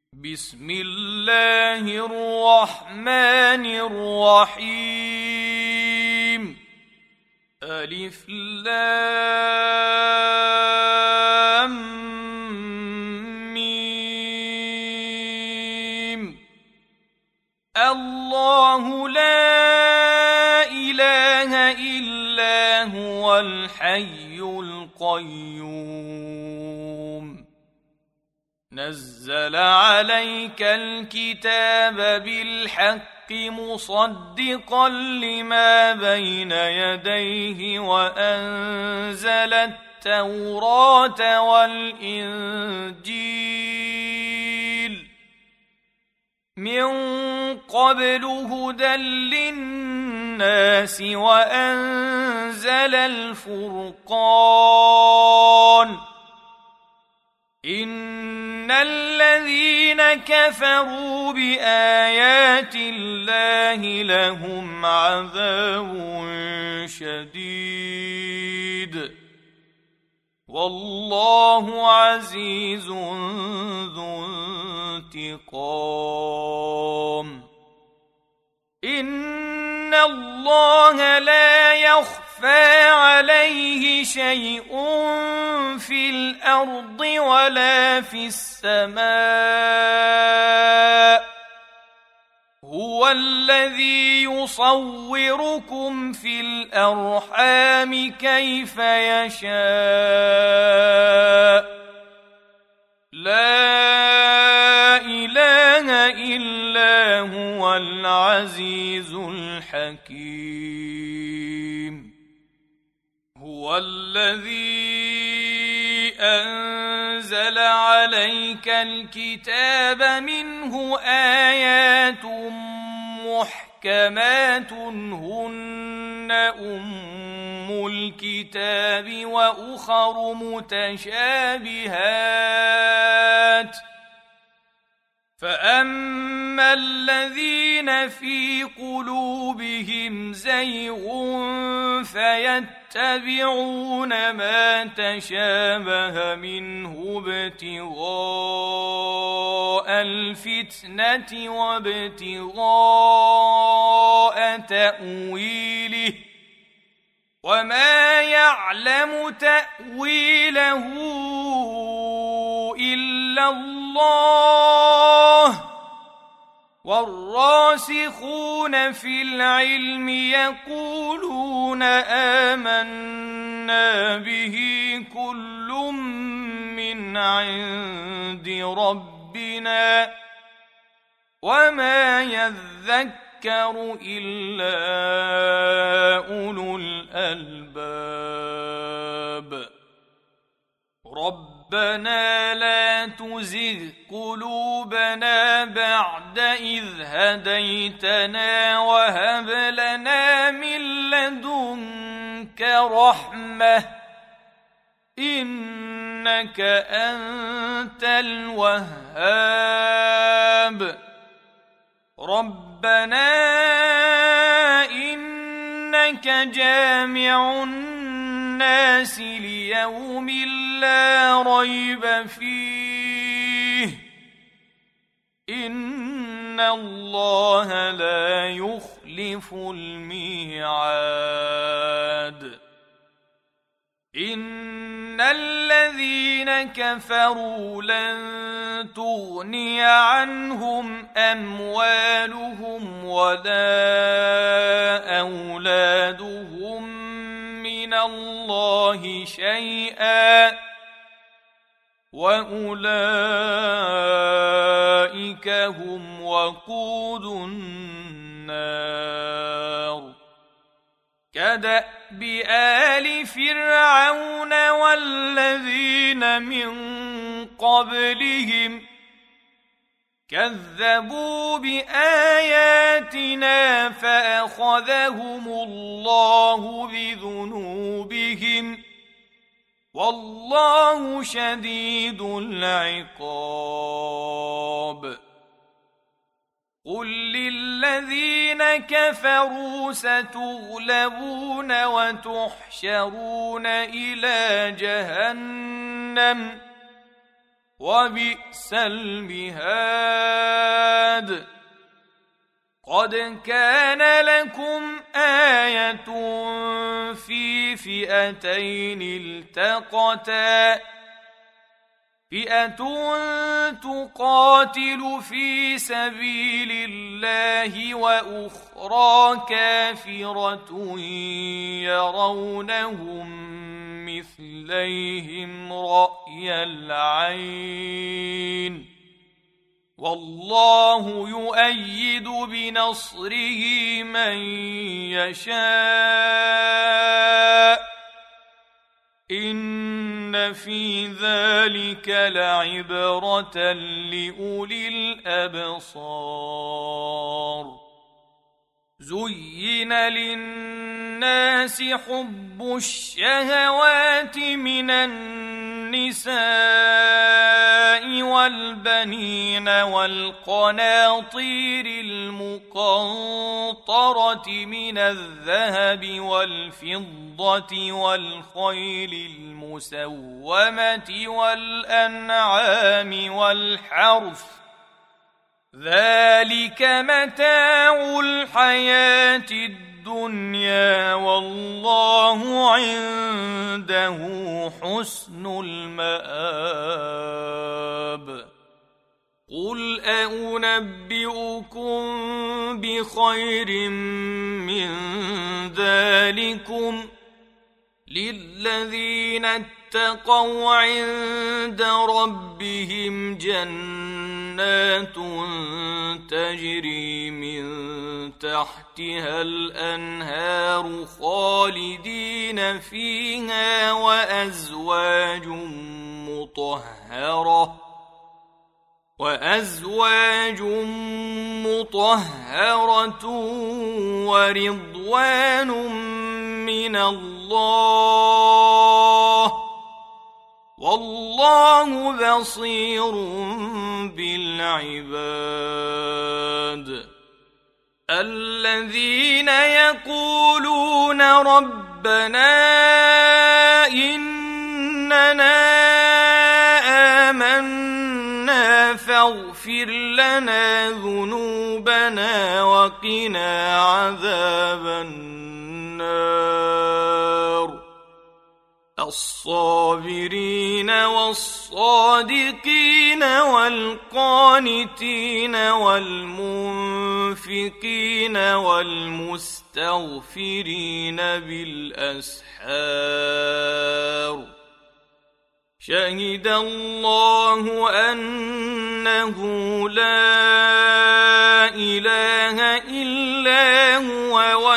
بسم الله الرحمن الرحيم. ألف لام ميم. الله لا إله إلا هو الحي القيوم. نزل عليك الكتاب بالحق مصدقا لما بين يديه وأنزل التوراة والإنجيل من قبل هدى للناس وأنزل الفرقان. إن الذين كفروا بآيات الله لهم عذاب شديد والله عزيز ذو انتقام. إن الله لا يخفى عليه شيء في الأرض ولا في السماء. هو الذي يصوركم في الأرحام كيف يشاء. لا إله إلا هو العزيز الحكيم. هو الذي أنزل عليك الكتاب منه آيات محكمات هن أم الكتاب وأخر متشابهات. فأما الذين في قلوبهم زيغ فيتبعون ما تشابه منه ابتغاء الفتنة وابتغاء تأويله وما يعلم تأويله إلا الله. والراسخون في العلم يقولون آمنا به كل من عند ربنا وما يذكر إلا أولو الألباب. ربنا لا تزغ قلوبنا بعد إذ هديتنا وهب لنا من لدنك رحمة إنك أنت الوهاب. ربنا إنك جامع الناس ليوم لا ريب فيه إن الله لا يخلف الميعاد. إن الذين كفروا لن تغني عنهم أموالهم ولا أولادهم من الله شيئا وأولئك هم وقود النار. كدأب آل فرعون والذين من قبلهم كذبوا بآياتنا فأخذهم الله بذنوبهم والله شديد العقاب. قل للذين كفروا ستغلبون وتحشرون إلى جهنم وبئس المهاد قد كان لكم آية في فئتين التقتا فئة تقاتل في سبيل الله وأخرى كافرة يرونهم مثليهم رأي العين والله يؤيد بنصره من يشاء إن في ذلك لعبرة لأولي الأبصار زين للناس حب الشهوات من النساء والبنين والقناطير المقنطرة من الذهب والفضة والخيل المسومة والأنعام والحرث ذلك متاع الحياة الدنيا والله عنده حسن المآب قل أنبئكم بخير من ذلكم للذين اتقوا عند ربهم جنات تجري من تحتها الأنهار خالدين فيها وأزواج مطهرة ورضوان من الله والله بصير بالعباد الذين يقولون ربنا إننا آمنا فاغفر لنا ذنوبنا وقنا عذاب النار الصابرين والصادقين والقانتين والمنفقين والمستغفرين بالأسحار شهد الله أنه لا إله إلا هو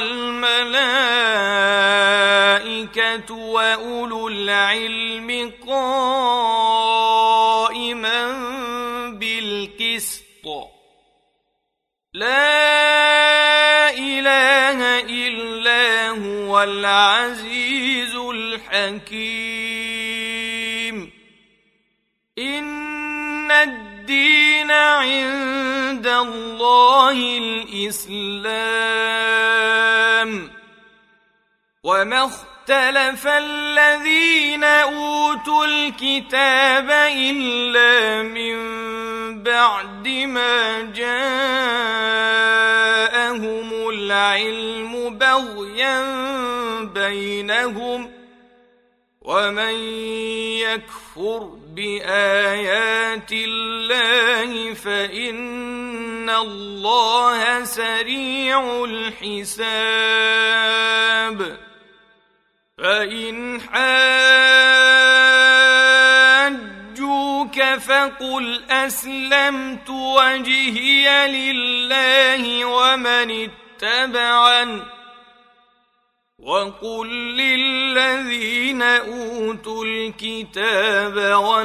والملائكة وأولو العلم قائما بالقسط لا إله إلا هو العزيز الحكيم إن الدين عند الله الإسلام وما اختلف الذين أوتوا الكتاب إلا من بعد ما جاءهم العلم بغيا بينهم ومن يكفر بآيات الله فإن الله سريع الحساب فإن حاجوك فقل أسلمت وجهي لله ومن اتبعني وقل للذين أوتوا الكتاب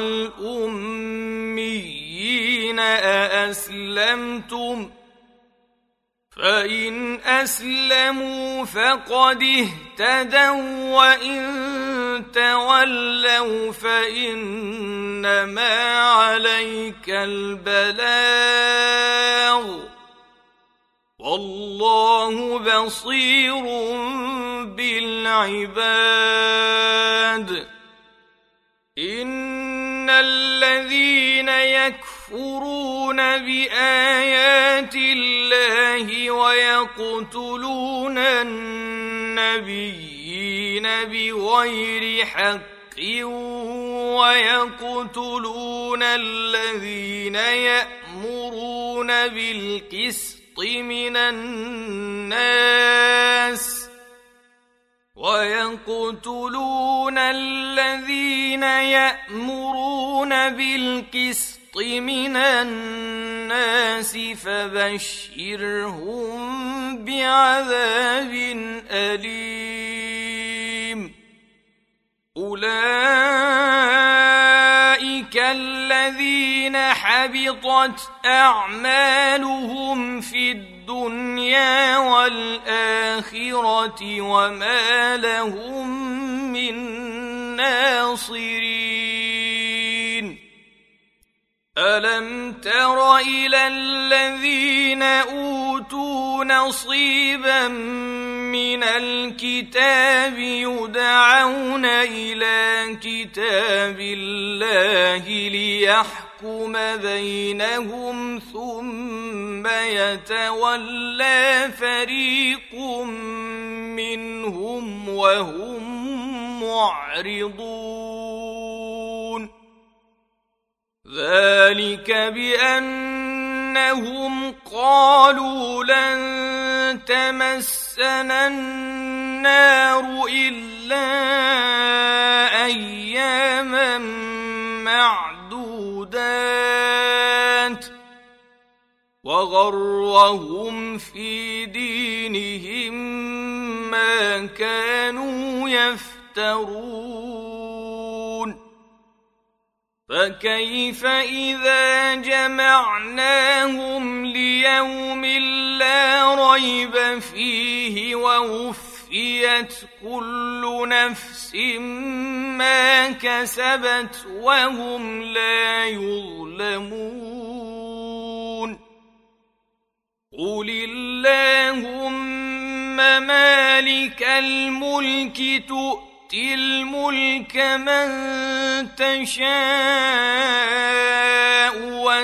والأميين أأسلمتم فإن أسلموا فقد اهتدوا وإن تولوا فإنما عليك البلاغ والله بصير بالعباد إن الذين يكفرون بآيات الله ويقتلون النبيين بغير حق ويقتلون الذين يأمرون بالقسط من الناس فبشرهم بعذاب أليم أولئك الذين حبطت أعمالهم في الدنيا والآخرة وما لهم من ناصرين ألم تر إلى الذين أوتوا نصيبا من الكتاب يدعون إلى كتاب الله ليحكم بينهم ثم يتولى فريق منهم وهم معرضون ذلك بأنهم قالوا لن تمسنا النار إلا أياما معدودات وغرهم في دينهم ما كانوا يفترون فكيف إذا جمعناهم ليوم لا ريب فيه ووفيت كل نفس ما كسبت وهم لا يظلمون قل اللهم مالك الملك تؤتي الملك من تشاء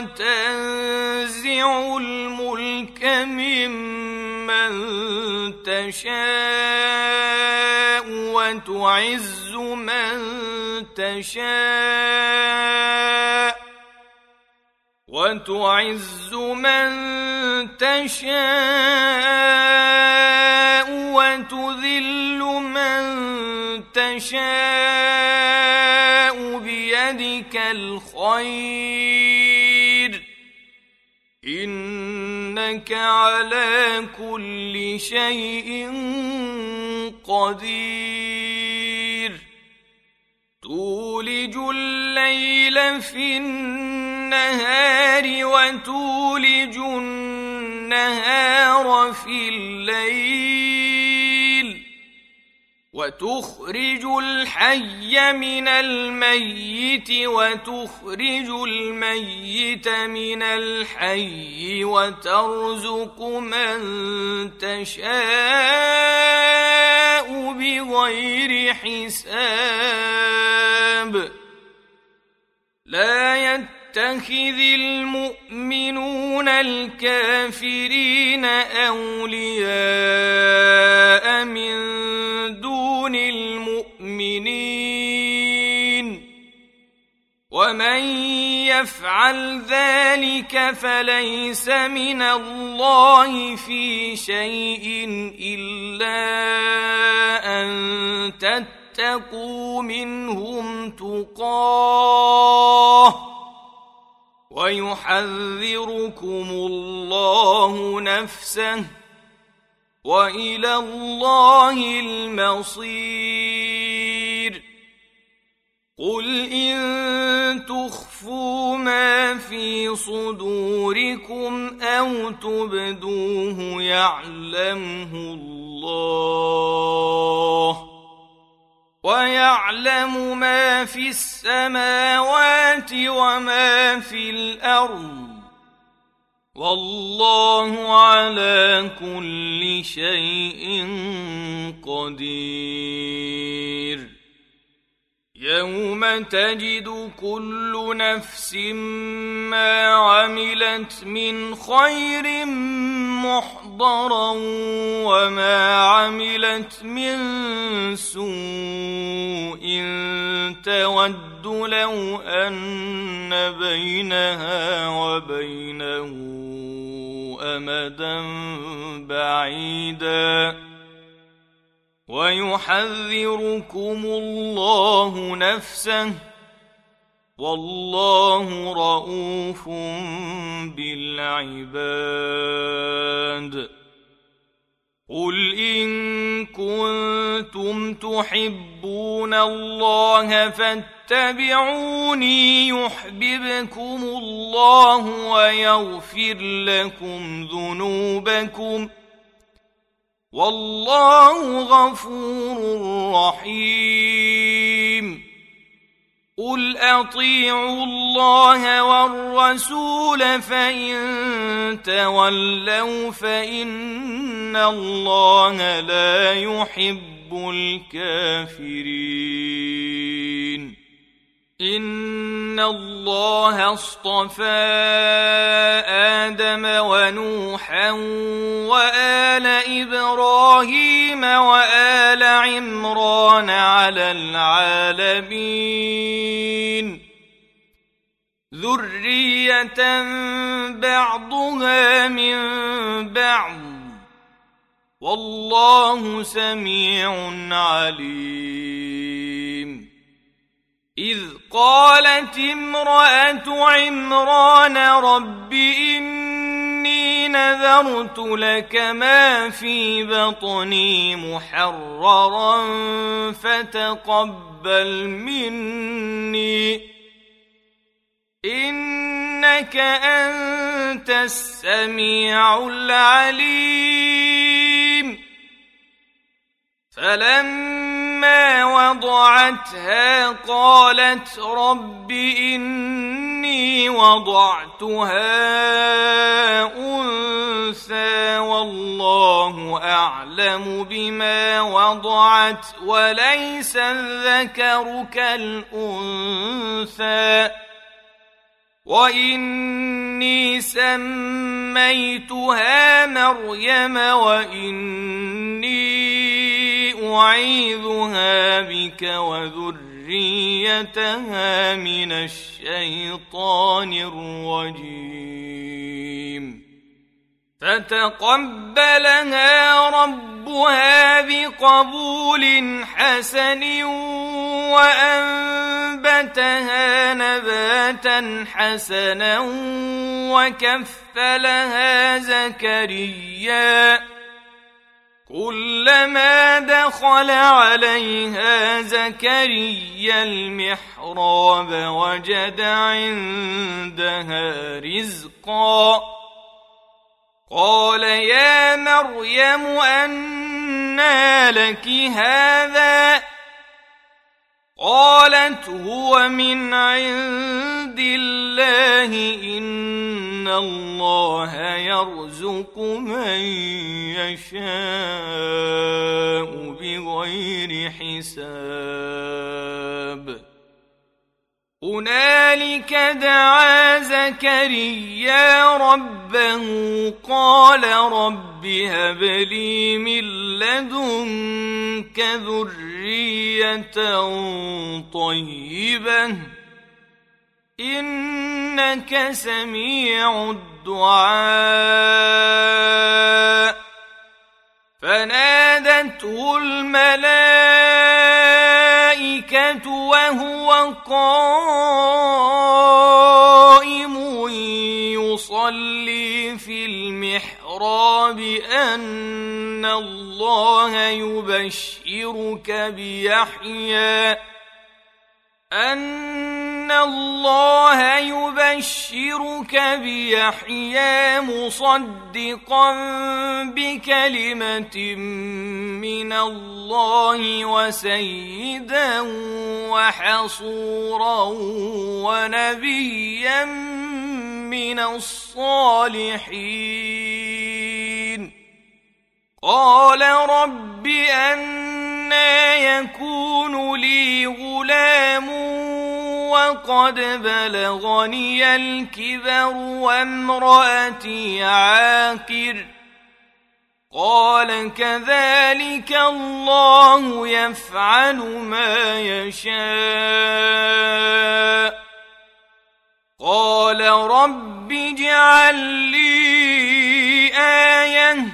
وتنزع الملك ممن تشاء وتعز من تشاء وتذل من تشاء بيدك الخير إنك على كل شيء قدير تولج الليل في النهار وتولج النهار في الليل وتخرج الحي من الميت وتخرج الميت من الحي وترزق من تشاء بغير حساب لا يتخذ المؤمنون الكافرين أولياء من دون المؤمنين ومن يفعل ذلك فليس من الله في شيء إلا أن تتقوا منهم تقاه ويحذركم الله نفسه وإلى الله المصير قل إن تخفوا ما في صدوركم أو تبدوه يعلمه الله ويعلم ما في السماوات وما في الأرض والله على كل شيء قدير يوم تجد كل نفس ما عملت من خير محضرا وما عملت من سوء تود لو أن بينها وبينه أمدا بعيدا ويحذركم الله نفسه والله رؤوف بالعباد قل إن كنتم تحبون الله فاتبعوني يحببكم الله ويغفر لكم ذنوبكم والله غفور رحيم قل أطيعوا الله والرسول فإن تولوا فإن الله لا يحب الكافرين إن الله اصطفى آدم ونوحا وآل إبراهيم وآل عمران على العالمين ذرية بعضها من بعض والله سميع عليم إذ قالت امرأة عمران رب إني نذرت لك ما في بطني محررا فتقبل مني إنك أنت السميع العليم فلما وضعتها قالت رب إني وضعتها أنثى والله أعلم بما وضعت وليس الذكر كالأنثى وإني سميتها مريم وإني أعيذها بك وذريتها من الشيطان الرجيم فتقبلها ربها بقبول حسن وأنبتها نباتا حسنا وكفلها زكريا كلما دخل عليها زكريا المحراب وجد عندها رزقا قال يا مريم أنى لك هذا قالت هو من عند الله إن الله يرزق من يشاء بغير حساب هنالك دعا زكريا ربه قال رب هب لي من لدنك ذرية طيبة إنك سميع الدعاء فنادته الملائكة وهو قائم يصلي في المحراب أن الله يبشرك بيحيى مصدقا بكلمة من الله وسيدا وحصورا ونبيا من الصالحين قال رب أنى أنى يكون لي غلام وقد بلغني الكبر وامرأتي عاقر قال كذلك الله يفعل ما يشاء قال رب اجعل لي آية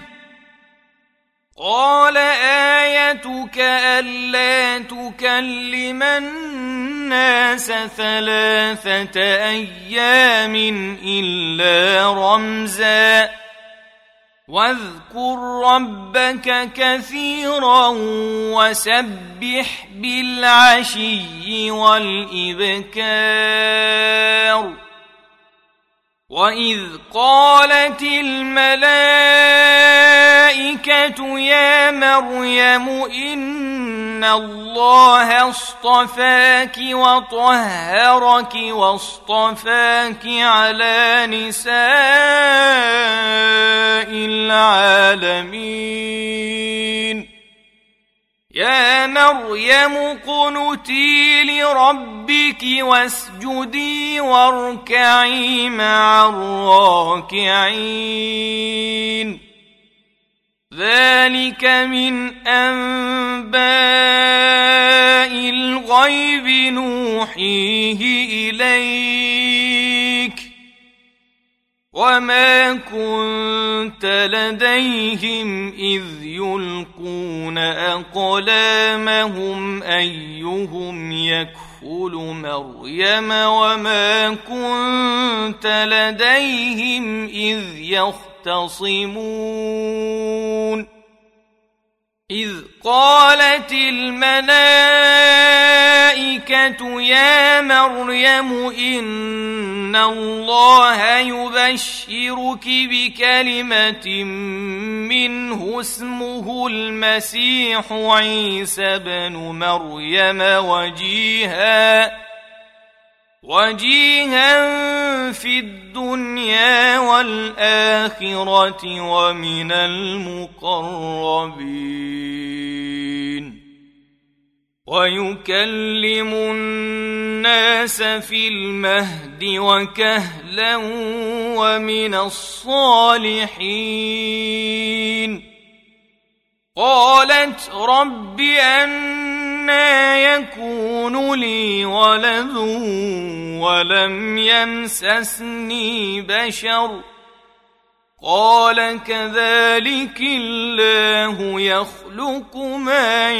قال آيتك ألا تكلم الناس 3 أيام إلا رمزا واذكر ربك كثيرا وسبح بالعشي والإبكار وإذ قالت الملائكة يا مريم إن الله اصطفاك وطهرك واصطفاك على نساء العالمين يا مريم اقنتي لربك واسجدي واركعي مع الراكعين ذلك من أنباء الغيب نوحيه إليك وما كنت لديهم إذ يلقون أقلامهم أيهم يكفل مريم وما كنت لديهم إذ يختصمون إذ قالت الملائكة يا مريم إن الله يبشرك بكلمة منه اسمه المسيح عيسى بن مريم وجيها في الدنيا والآخرة ومن المقربين ويكلم الناس في المهد وكهلا ومن الصالحين قالت رب أنى يكون لي ولد ولم يمسسني بشر قال كذلك الله يخلق ما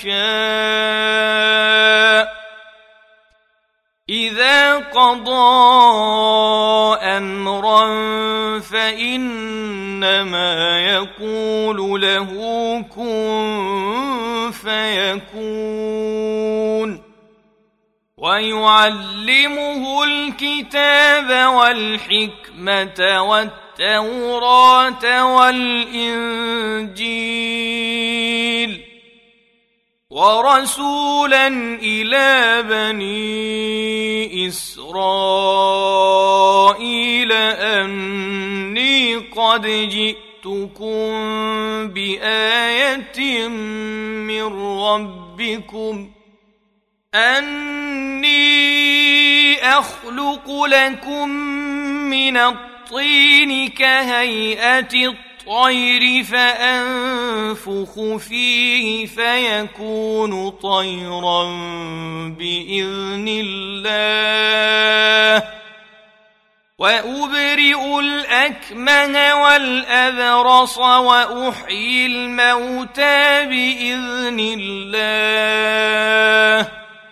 يشاء إذا قضى أمرا فإنما يقول له كن فيكون ويعلمه الكتاب والحكمة والتوراة والإنجيل ورسولا إلى بني إسرائيل أني قد جئتكم بآية من ربكم أني أخلق لكم من الطين كهيئة الطير فأنفخ فيه فيكون طيرا بإذن الله وأبرئ الأكمه والأبرص وأحيي الموتى بإذن الله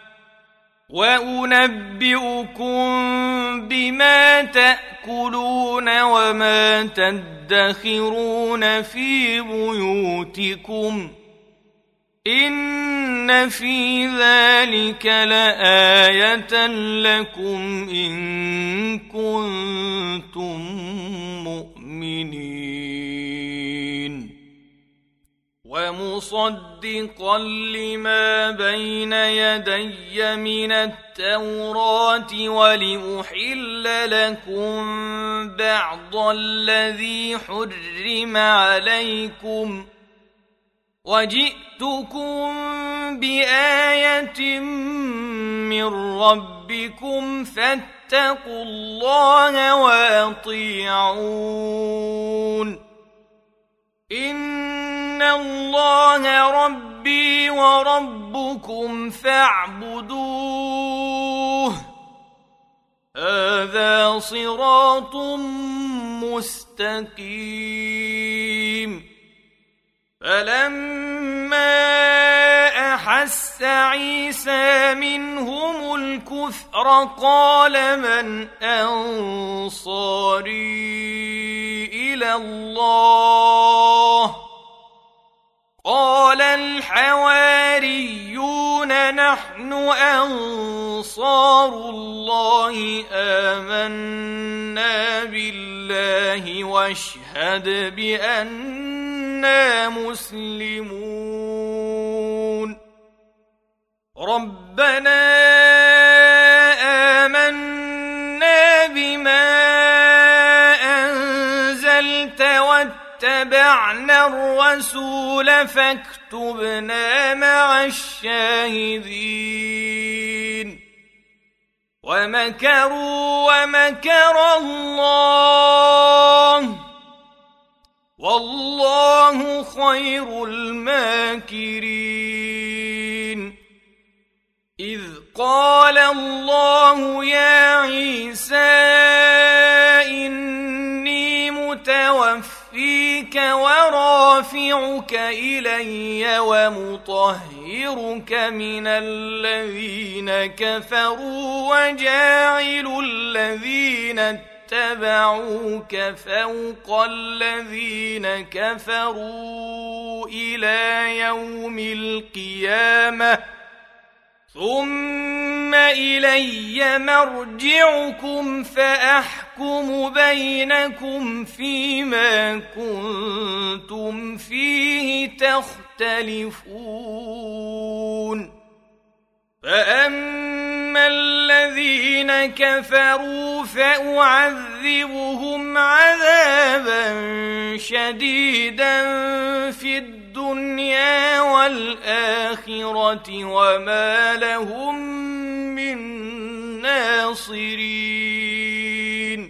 وأنبئكم بما تأكلون وما تدخرون في بيوتكم إن في ذلك لآية لكم إن كنتم مؤمنين ومصدقا لما بين يدي من التوراة ولأحل لكم بعض الذي حرم عليكم وجئتكم بآية من ربكم فاتقوا الله وأطيعون إن الله ربي وربكم فاعبدوه هذا صراط مستقيم فلما أحس عيسى منهم الكفر قال من أنصاري إلى الله قال الحواريون نحن أنصار الله آمنا بالله واشهد بأننا مسلمون ربنا آمنا بما أنزلت واتبعنا الرسول فاكتبنا مع الشاهدين ومكروا ومكر الله والله خير الماكرين إذ قال الله يا عيسى إني متوفيك ورافعك إلي ومطهرك من الذين كفروا وجاعل الذين اتبعوك فوق الذين كفروا إلى يوم القيامة ثم إلي مرجعكم فأحكم بينكم فيما كنتم فيه تختلفون فأما الذين كفروا فأعذبهم عذابا شديدا في الدنيا والآخرة وما لهم من ناصرين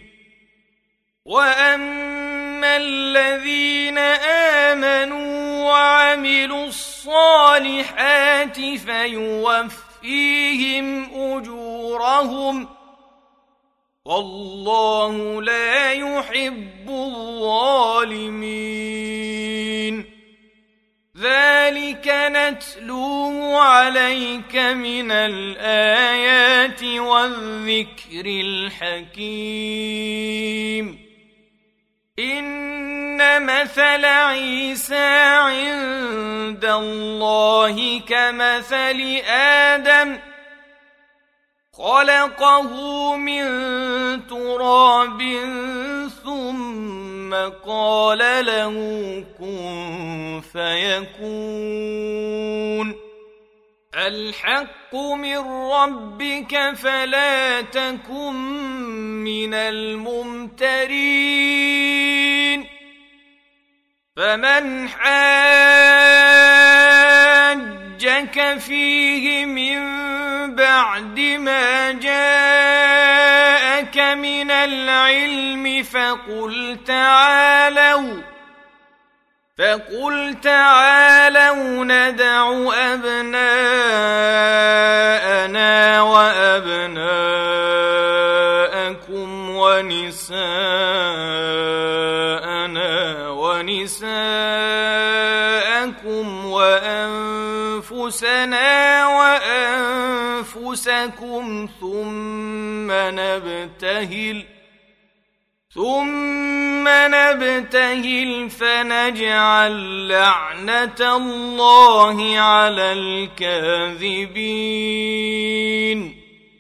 وأما الذين آمنوا وعملوا الصالحات فيوفيهم أجورهم والله لا يحب الظالمين ذلك نتلوه عليك من الآيات والذكر الحكيم إن مثل عيسى عند الله كمثل آدم خلقه من تراب ثم قال له كن فيكون الحق من ربك فلا تكن من الممترين فمن حاجك فيه من بعد ما جاءك من العلم فقل تعالوا ندع أبناءنا وأبناءكم ونساءنا ونساءكم وأنفسنا وأنفسكم ثم نبتهل فنجعل لعنة الله على الكاذبين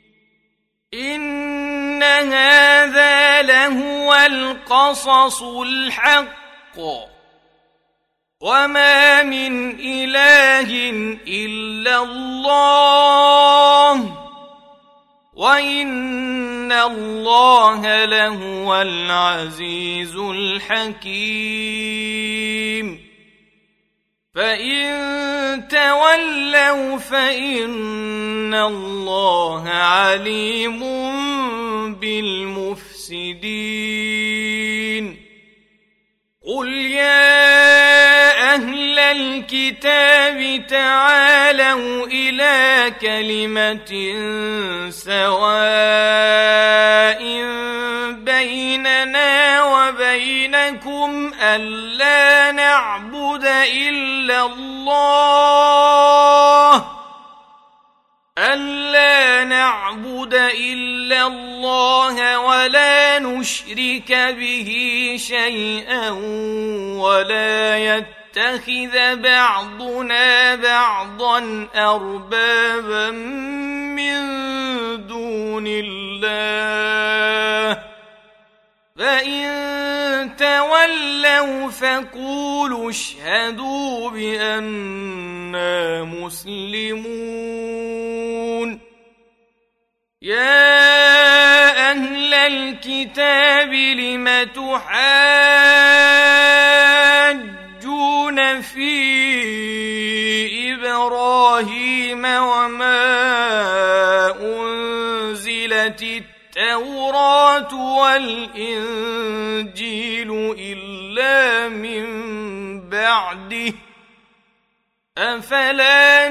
إن هذا لهو القصص الحق وما من إله إلا الله وإن الله لهو العزيز الحكيم فإن تولوا فإن الله عليم بالمفسدين قل يا أهل الكتاب تعالوا إلى كلمة سواء بيننا وبينكم ألا نعبد إلا الله ولا نشرك به شيئا ولا يتخذ بعضنا بعضا أربابا من دون الله فإن تولوا فقولوا اشهدوا بأننا مسلمون يا أهل الكتاب لم تحاجون في إبراهيم وما أنزلت التوراة والإنجيل إلا من بعده أفلا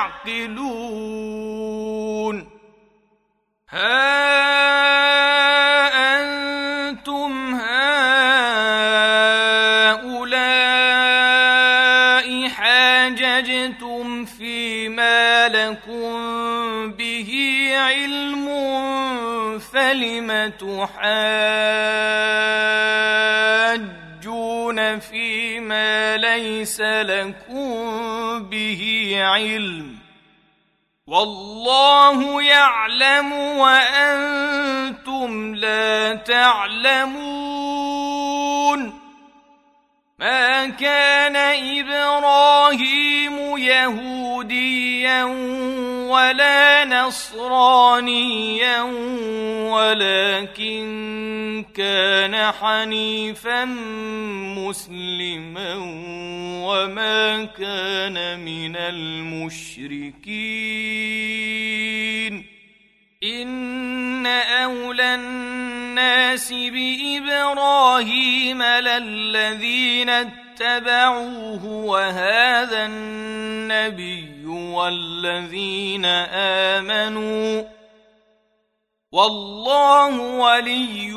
تعقلون ها أنتم هؤلاء حاججتم فيما لكم به علم فلم تحاجون فيما ليس لكم به علم والله يعلم وأنتم لا تعلمون ما كان إبراهيم يهوديا ولا نصرانيا ولكن كان حنيفا مسلما وما كان من المشركين إن أولى الناس بإبراهيم للذين اتبعوه وهذا النبي والذين آمنوا والله ولي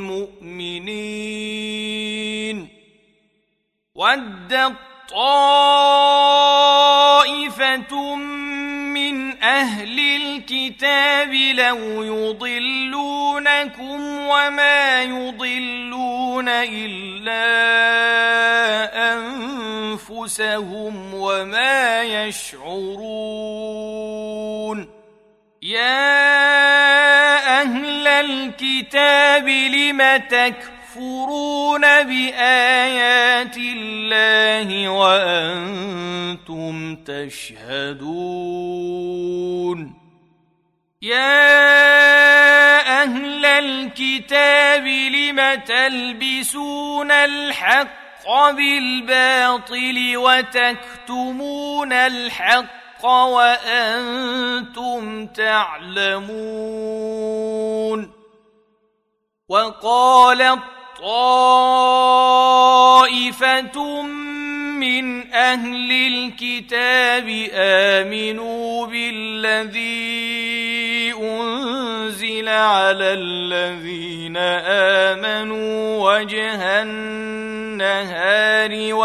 المؤمنين ودت طائفة من أهل الكتاب لو يضلونكم وما يضلون إلا أنفسهم وما يشعرون يا أهل الكتاب لم تكفرون بآيات الله وأنتم تشهدون يا أهل الكتاب لم تلبسون الحق بالباطل وتكتمون الحق وأنتم تعلمون وقالت طائفة من أهل الكتاب آمنوا بالذي أنزل على الذين آمنوا وجه النهار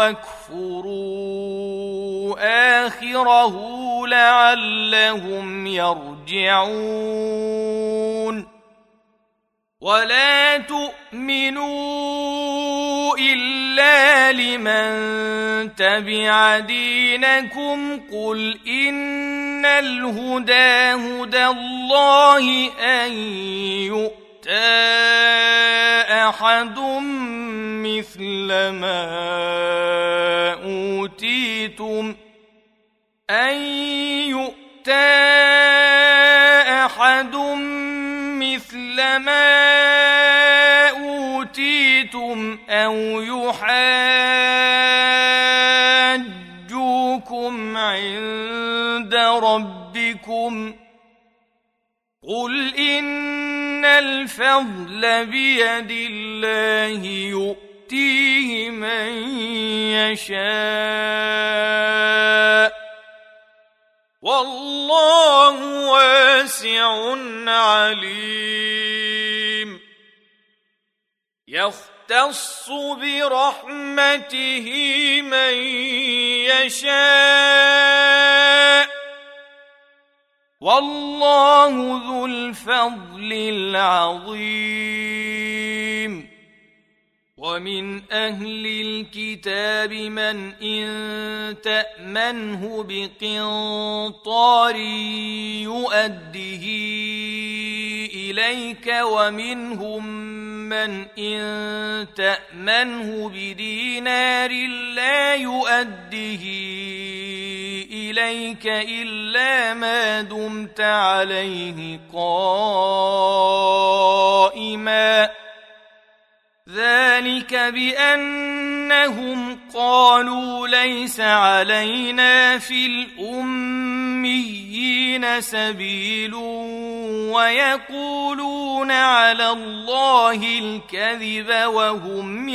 واكفروا آخره لعلهم يرجعون ولا تؤمنوا إلا لمن تبع دينكم قل إن الهدى هدى الله أن يؤتى أحد مثل ما أوتيتم أو يحاجونكم الفضل بيد الله يؤتيه من يشاء والله واسع عليم يختص برحمته من يشاء والله ذو الفضل العظيم ومن أهل الكتاب من إن تأمنه بقنطار يؤده إليك ومنهم من إن تأمنه بدينار لا يؤده إليك إلا ما دمت عليه قائما ذلك بأنهم قالوا ليس علينا في الأميين سبيل ويقولون على الله الكذب وهم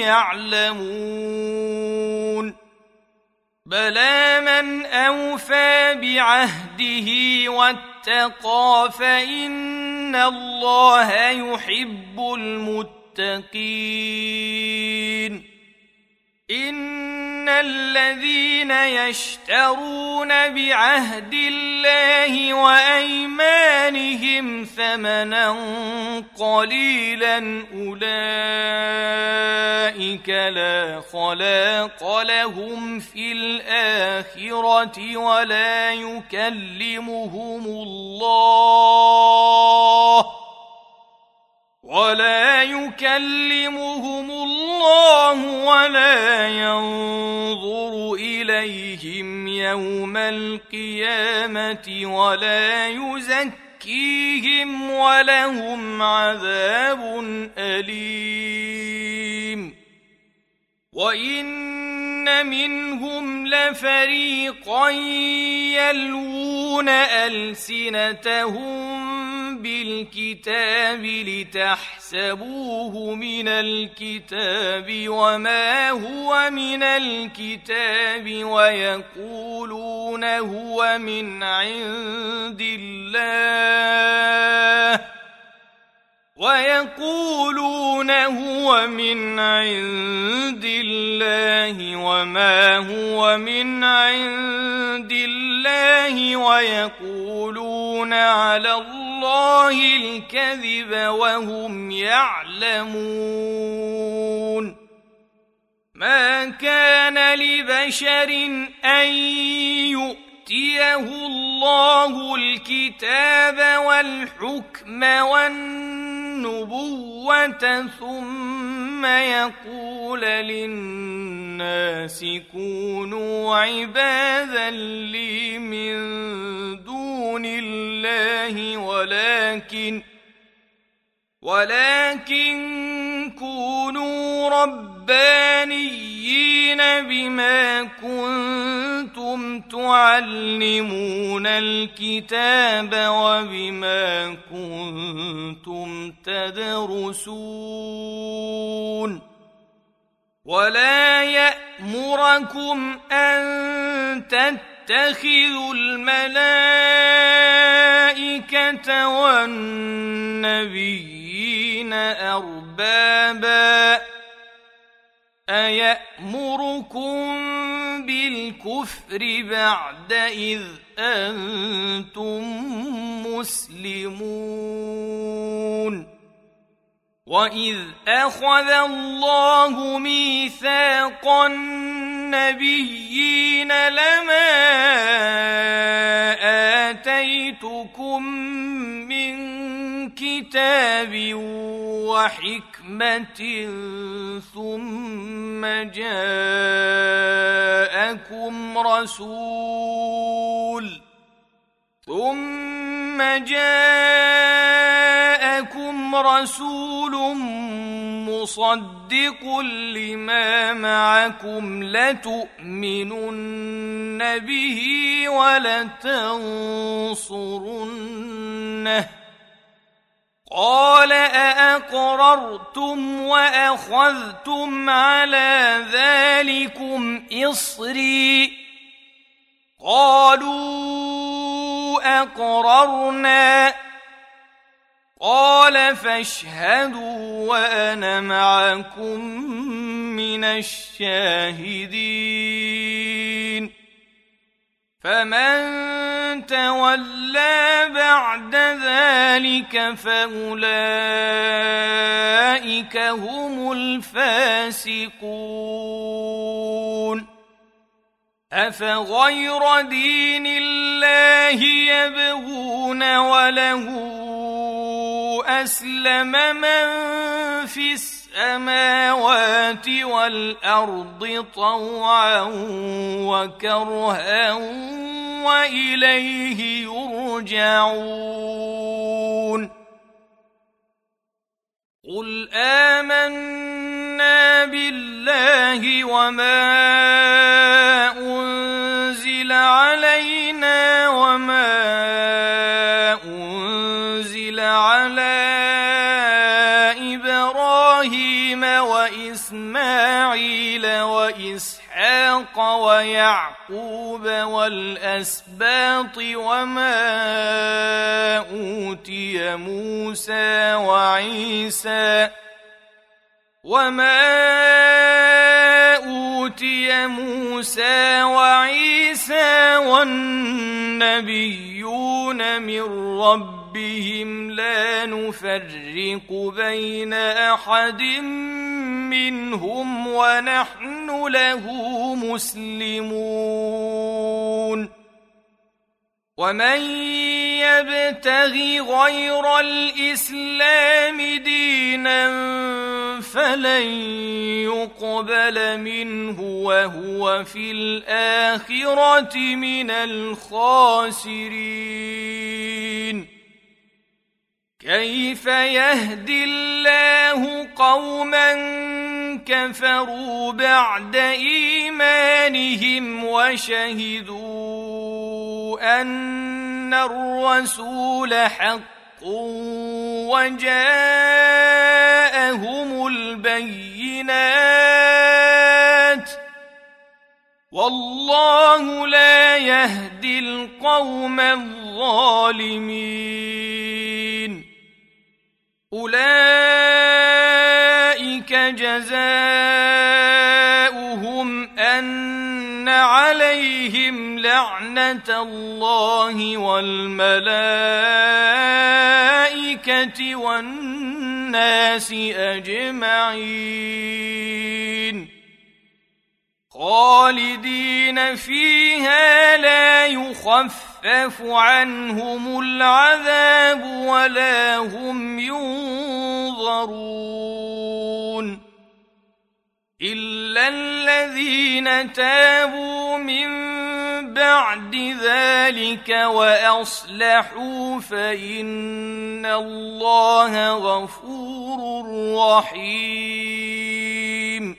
يعلمون بلى من أوفى بعهده واتقى فإن الله يحب المتقين إن الذين يشترون بعهد الله وأيمانهم ثمنا قليلا أولئك لا خلاق لهم في الآخرة ولا يكلمهم الله ولا ينظر إليهم يوم القيامة ولا يزكيهم ولهم عذاب أليم وإن منهم لفريقا يلوون ألسنتهم بالكتاب لتحسبوه من الكتاب وما هو من الكتاب ويقولون هو من عند الله وما هو من عند الله ويقولون على الله الكذب وهم يعلمون ما كان لبشر أن يؤتيه الله الكتاب والحكم والنبوة ثم يقول للناس كونوا عبادا لي من دون الله ولكن كونوا ربانيين بما كنتم تعلمون الكتاب وبما كنتم تدرسون ولا يأمركم أن تتخذوا الملائكة والنبيين أربابا أيأمركم بالكفر بعد إذ أنتم مسلمون وإذ أخذ الله ميثاق النبيين لما آتيتكم من كتاب وحكمة ثم جاءكم رسول مصدق لما معكم لتؤمنن به ولتنصرنه قال أأقررتم وأخذتم على ذلكم إصري قالوا أقررنا قال فاشهدوا وأنا معكم من الشاهدين فمن تولى بعد ذلك فأولئك هم الفاسقون أفغير دين الله يبغون وله أسلم من في السماوات والأرض طوعا وكرها وإليه يرجعون قل آمنا بالله وما أنزل علينا وما أنزل على إبراهيم وإسماعيل وإسحاق ويعقوب والأسباط وما أوتي موسى وعيسى والنبيون من ربهم لا نفرق بين أحد منهم ونحن له مسلمون ومن يبتغ غير الإسلام دينا فلن يقبل منه وهو في الآخرة من الخاسرين كيف يهدي الله قوما كفروا بعد إيمانهم وشهدوا أن الرسول حق وجاءهم البينات والله لا يهدي القوم الظالمين أولئك جزاؤهم أن عليهم لعنة الله والملائكة والناس أجمعين خالدين فيها لا يخفف عنهم العذاب ولا هم ينظرون إلا الذين تابوا من بعد ذلك وأصلحوا فإن الله غفور رحيم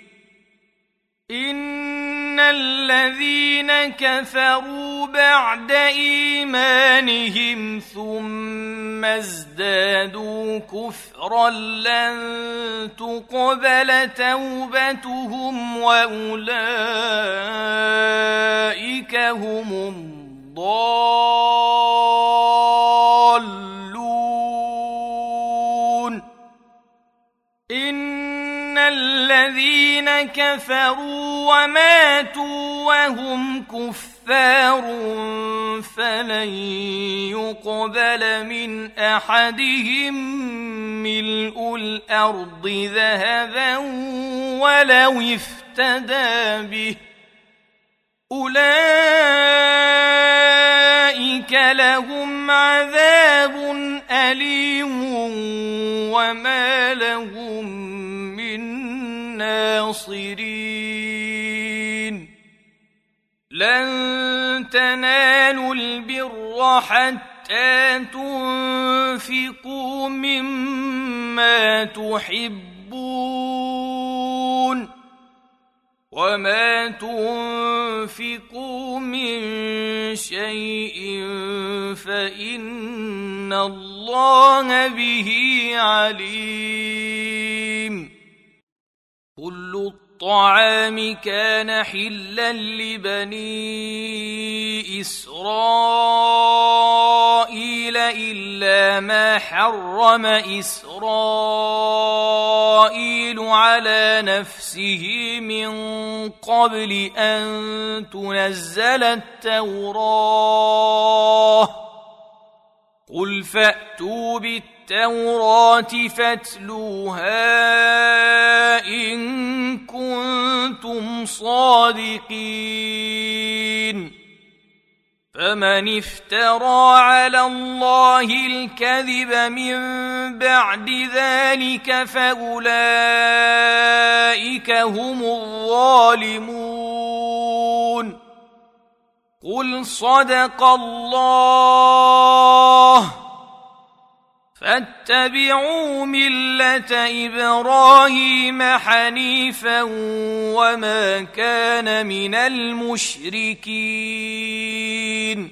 إن الذين كفروا بعد إيمانهم ثم ازدادوا كفرا لن تقبل توبتهم وأولئك هم الضالون إن الذين كفروا وماتوا وهم كفار فلن يقبل من أحدهم ملء الأرض ذهبا ولو افتدى به أولئك لهم عذاب أليم وما لهم من ناصرين لن تنالوا البر حتى تنفقوا مما تحبون وما تنفقوا من شيء فإن الله به عليم. كل الطعام كان حلا لبني إسرائيل إلا ما حرم إسرائيل على نفسه من قبل أن تنزل التوراة. قل فأتوا بالتوراة فاتلوها إن كنتم صادقين. فمن افترى على الله الكذب من بعد ذلك فأولئك هم الظالمون. قل صدق الله فاتبعوا ملة إبراهيم حنيفا وما كان من المشركين.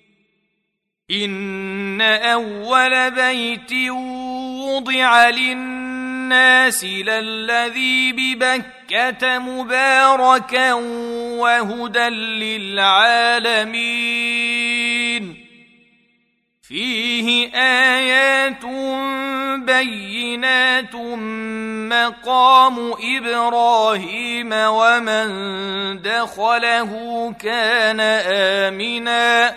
إن أول بيت وضع للناس للذي ببكة مباركا وهدى للعالمين. فيه آيات بينات مقام إبراهيم ومن دخله كان آمنا.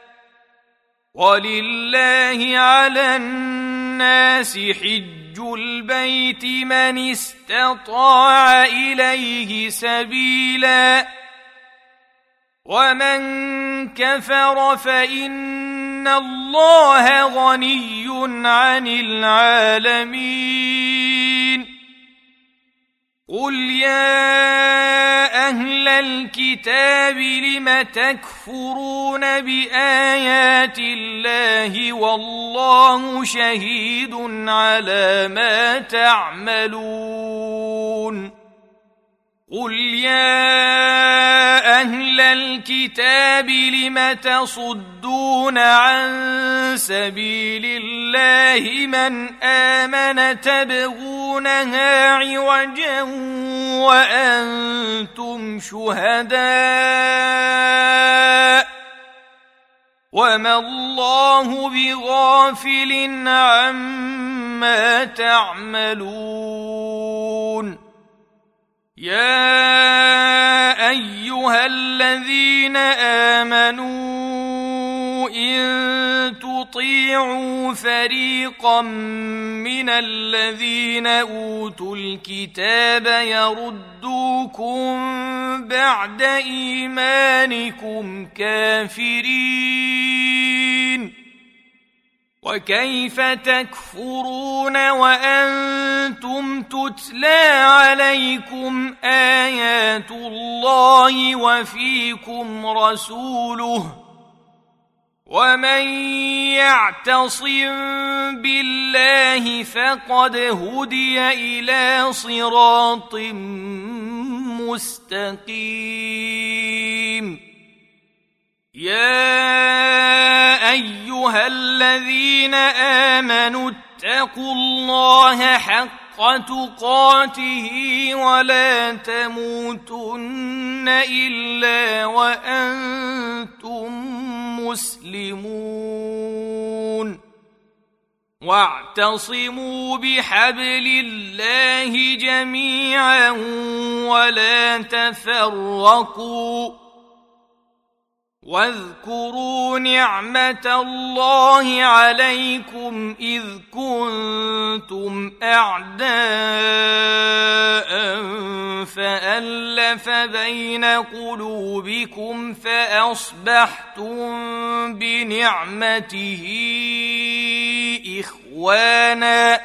ولله على الناس حج البيت من استطاع إليه سبيلا ومن كفر فإن الله غني عن العالمين. قل يا أهل الكتاب لم تكفرون بآيات الله والله شهيد على ما تعملون. قل يا أهل الكتاب لم تصدون عن سبيل الله من آمن تبغونها عوجا وأنتم شهداء وما الله بغافل عما تعملون. يا أيها الذين آمنوا إن تطيعوا فريقا من الذين أوتوا الكتاب يردوكم بعد إيمانكم كافرين. وكيف تكفرون وأنتم تتلى عليكم آيات الله وفيكم رسوله ومن يعتصم بالله فقد هدي إلى صراط مستقيم. يا أيها الذين آمنوا اتقوا الله حق تقاته ولا تموتن إلا وأنتم مسلمون. واعتصموا بحبل الله جميعا ولا تفرقوا. واذكروا نعمة الله عليكم إذ كنتم أعداء فألف بين قلوبكم فأصبحتم بنعمته إخوانا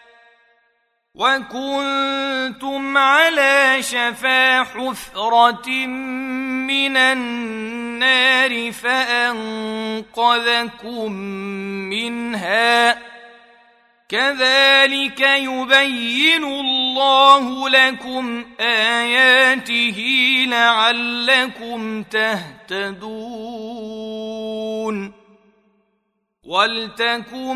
وكنتم على شفا حفرة من النار فأنقذكم منها كذلك يبين الله لكم آياته لعلكم تهتدون ولتكن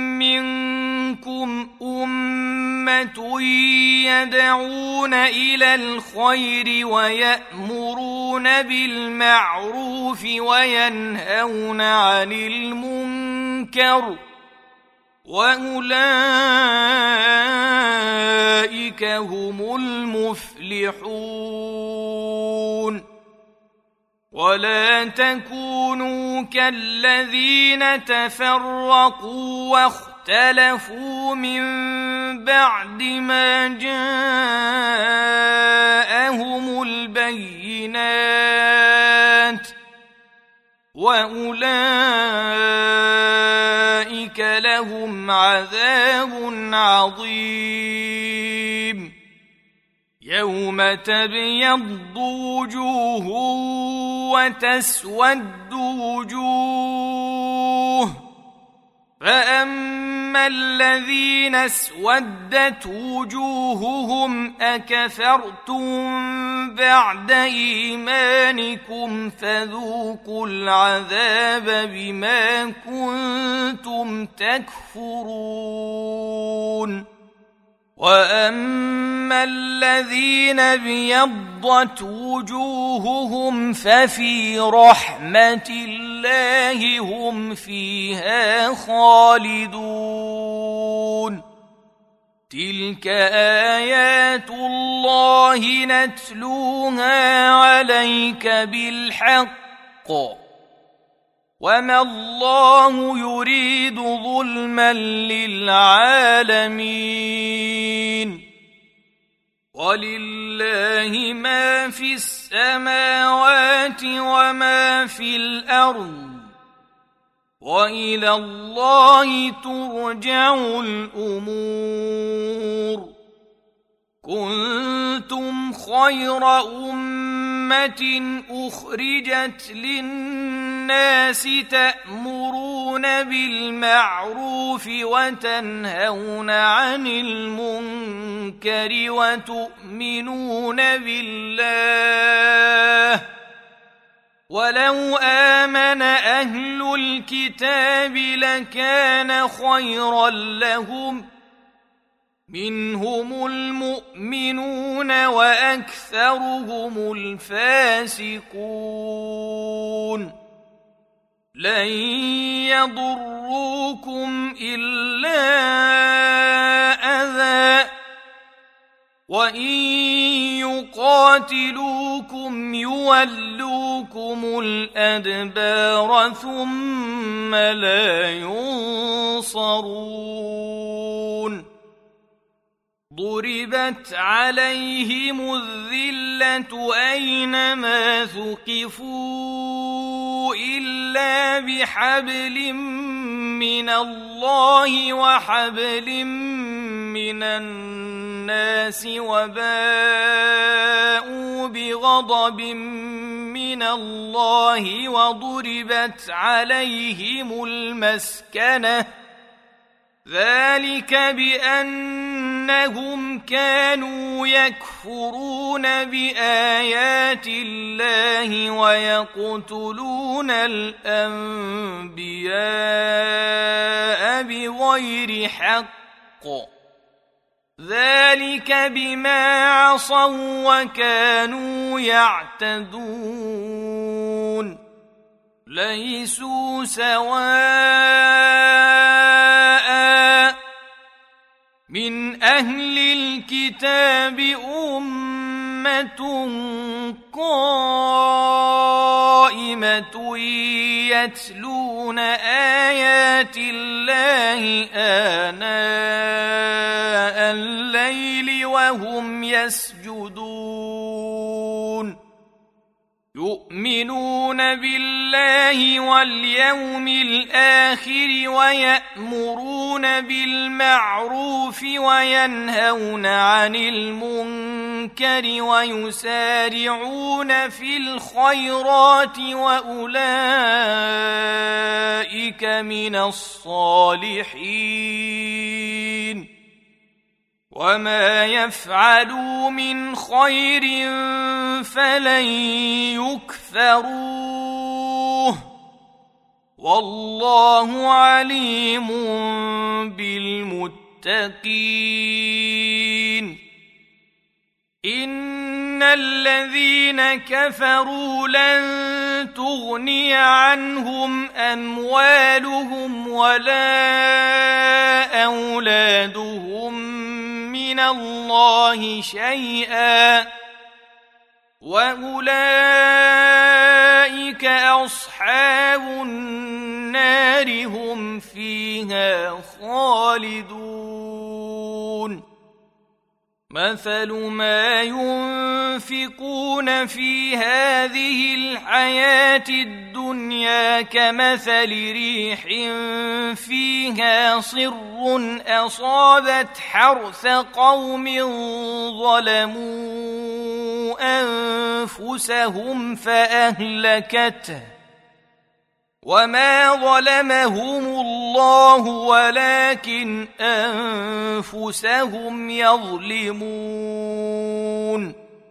منكم أمة يدعون إلى الخير ويأمرون بالمعروف وينهون عن المنكر وأولئك هم المفلحون ولا تكونوا كالذين تفرقوا واختلفوا من بعد ما جاءهم البينات وأولئك لهم عذاب عظيم يوم تبيض وجوه وتسود وجوه فأما الذين اسودت وجوههم أكفرتم بعد إيمانكم فذوقوا العذاب بما كنتم تكفرون وأما الذين ابيضت وجوههم ففي رحمة الله هم فيها خالدون تلك آيات الله نتلوها عليك بالحق وما الله يريد ظلما للعالمين ولله ما في السماوات وما في الأرض وإلى الله ترجع الأمور كنتم خير أمة أخرجت للناس تأمرون بالمعروف وتنهون عن المنكر وتؤمنون بالله ولو آمن أهل الكتاب لكان خيرا لهم منهم المؤمنون وأكثرهم الفاسقون لن يضروكم إلا أذى وإن يقاتلوكم يولوكم الأدبار ثم لا ينصرون ضربت عليهم الذلة أينما ثقفوا إلا بحبل من الله وحبل من الناس وباءوا بغضب من الله وضربت عليهم المسكنة ذلك بأنهم كانوا يكفرون بآيات الله ويقتلون الأنبياء بغير حق ذلك بما عصوا وكانوا يعتدون ليسوا سواء من أهل الكتاب أمة قائمة يتلون آيات الله آناء الليل وهم يسجدون يؤمنون بالله واليوم الآخر ويأمرون بالمعروف وينهون عن المنكر ويسارعون في الخيرات وأولئك من الصالحين وما يفعلوا من خير فلن يكفروه والله عليم بالمتقين إن الذين كفروا لن تغني عنهم أموالهم ولا أولادهم من الله شيئا وأولئك أصحاب النار هم فيها خالدون مثل ما ينفقون في هذه الحياة الدنيا كمثل ريح فيها صر أصابت حرث قوم ظلموا أنفسهم فأهلكته وما ظلمهم الله ولكن أنفسهم يظلمون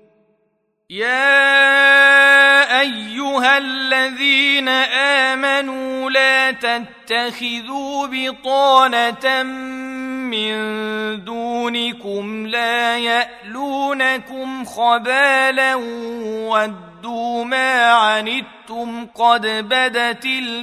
يا أيها الذين آمنوا لا تتخذوا بطانة من دونكم لا يألونكم خبالا ودوا ما عنتم قد بدت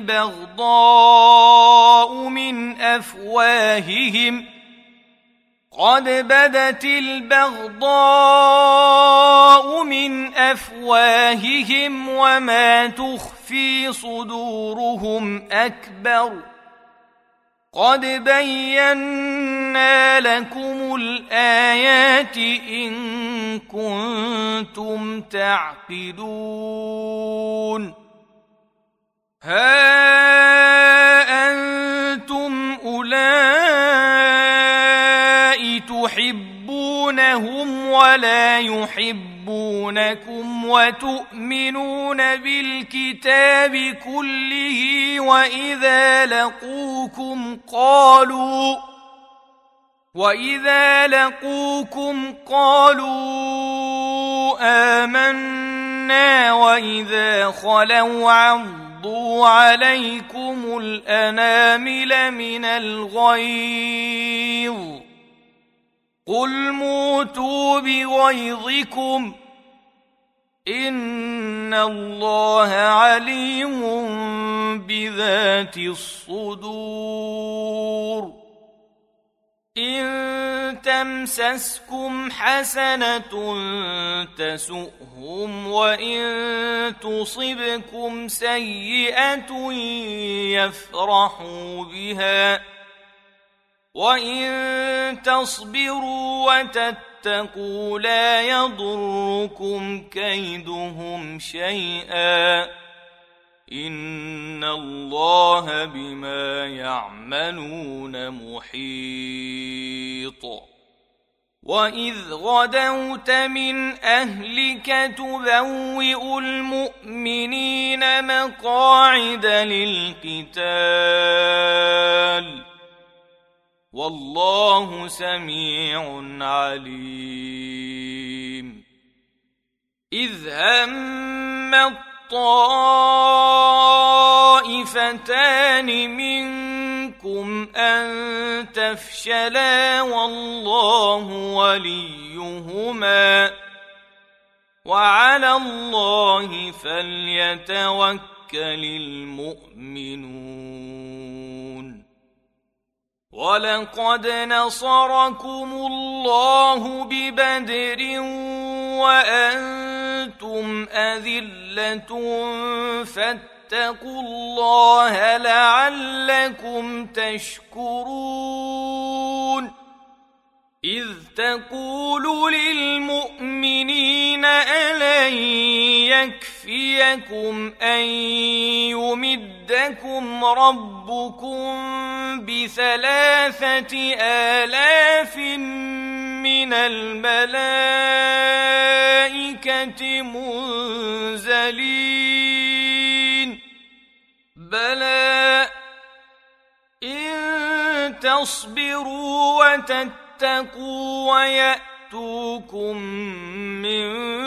البغضاء من أفواههم وما تخفي صدورهم أكبر قد بينا لكم الآيات إن كنتم تعقلون ها أنتم أولئك تحبونهم ولا يحبونكم وتؤمنون بالكتاب كله وإذا لقوكم قالوا آمنا وإذا خلوا عضوا عليكم الأنامل من الغيظ قل موتوا بغيظكم إن الله عليم بذات الصدور إن تمسسكم حسنة تسؤهم وإن تصبكم سيئة يفرحوا بها وإن تصبروا وتتقوا لا يضركم كيدهم شيئا إن الله بما يعملون محيط وإذ غدوت من أهلك تبوئ المؤمنين مقاعد للقتال والله سميع عليم إذ هم الطائفتان منكم أن تفشلا والله وليهما وعلى الله فليتوكل المؤمنون ولقد نصركم الله ببدر وأنتم أذلة فاتقوا الله لعلكم تشكرون إذ تقول للمؤمنين ألن يكفيكم أن يمدكم ربكم ب3,000 من الملائكة منزلين بلى إن تصبروا وتتقوا واتقوا ويأتوكم من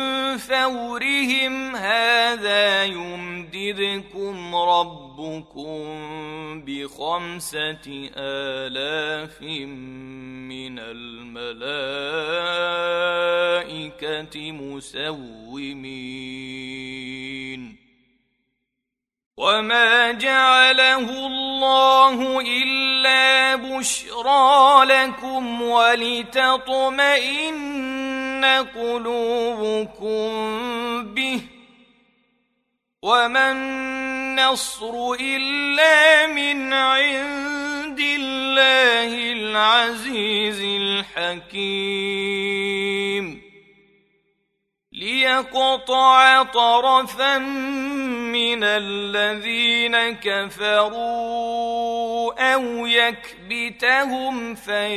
فورهم هذا يمددكم ربكم ب5,000 من الملائكة مسومين وما جعله الله إلا بشرى لكم ولتطمئن قلوبكم به وما النصر إلا من عند الله العزيز الحكيم ليقطع طرفا من الذين كفروا أو يكبتهم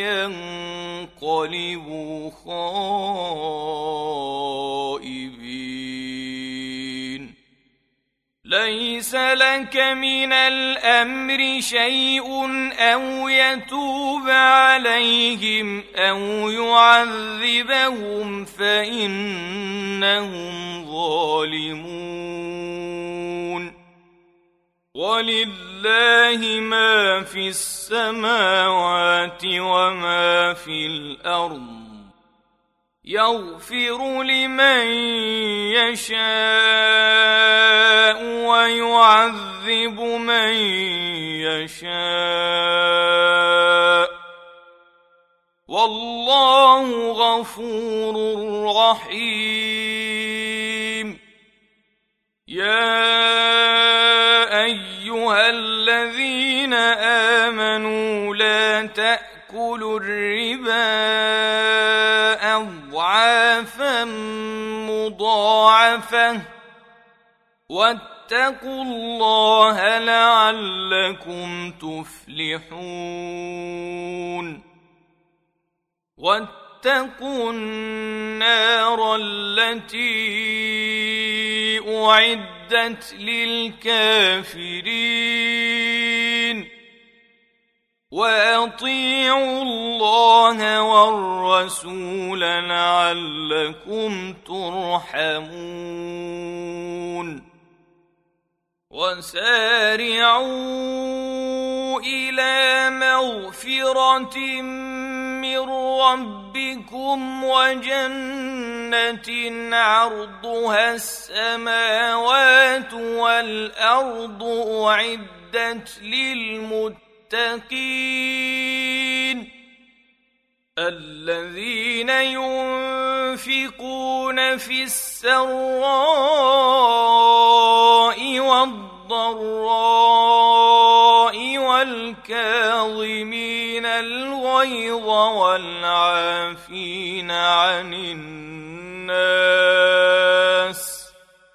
فينقلبوا خائبين ليس لك من الأمر شيء أو يتوب عليهم أو يعذبهم فإنهم ظالمون ولله ما في السماوات وما في الأرض يغفر لمن يشاء ويعذب من يشاء والله غفور رحيم يا أيها الذين آمنوا لا تأكلوا الربا أضعافا مضاعفة واتقوا الله لعلكم تفلحون واتقوا النار التي أعدت للكافرين وأطيعوا الله والرسول لعلكم ترحمون وسارعوا إلى مغفرة من ربكم وجنة عرضها السماوات والأرض أعدت للمتقين الذين ينفقون في السراء والضراء والكاظمين الغيظ والعافين عن الناس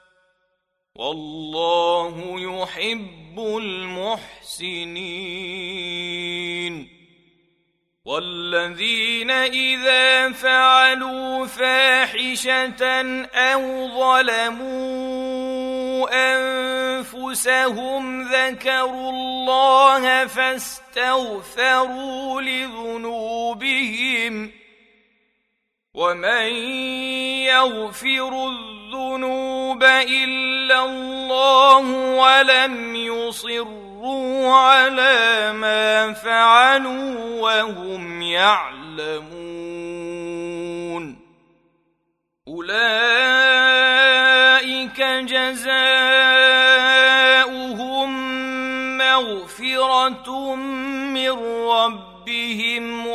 والله يحب المحسنين والذين إذا فعلوا فاحشة أو ظلموا أنفسهم ذكروا الله فاستغفروا لذنوبهم ومن يغفر الذنوب إلا الله ولم يصروا على ما فعلوا وهم يعلمون أولئك جزاؤهم مغفرة من ربهم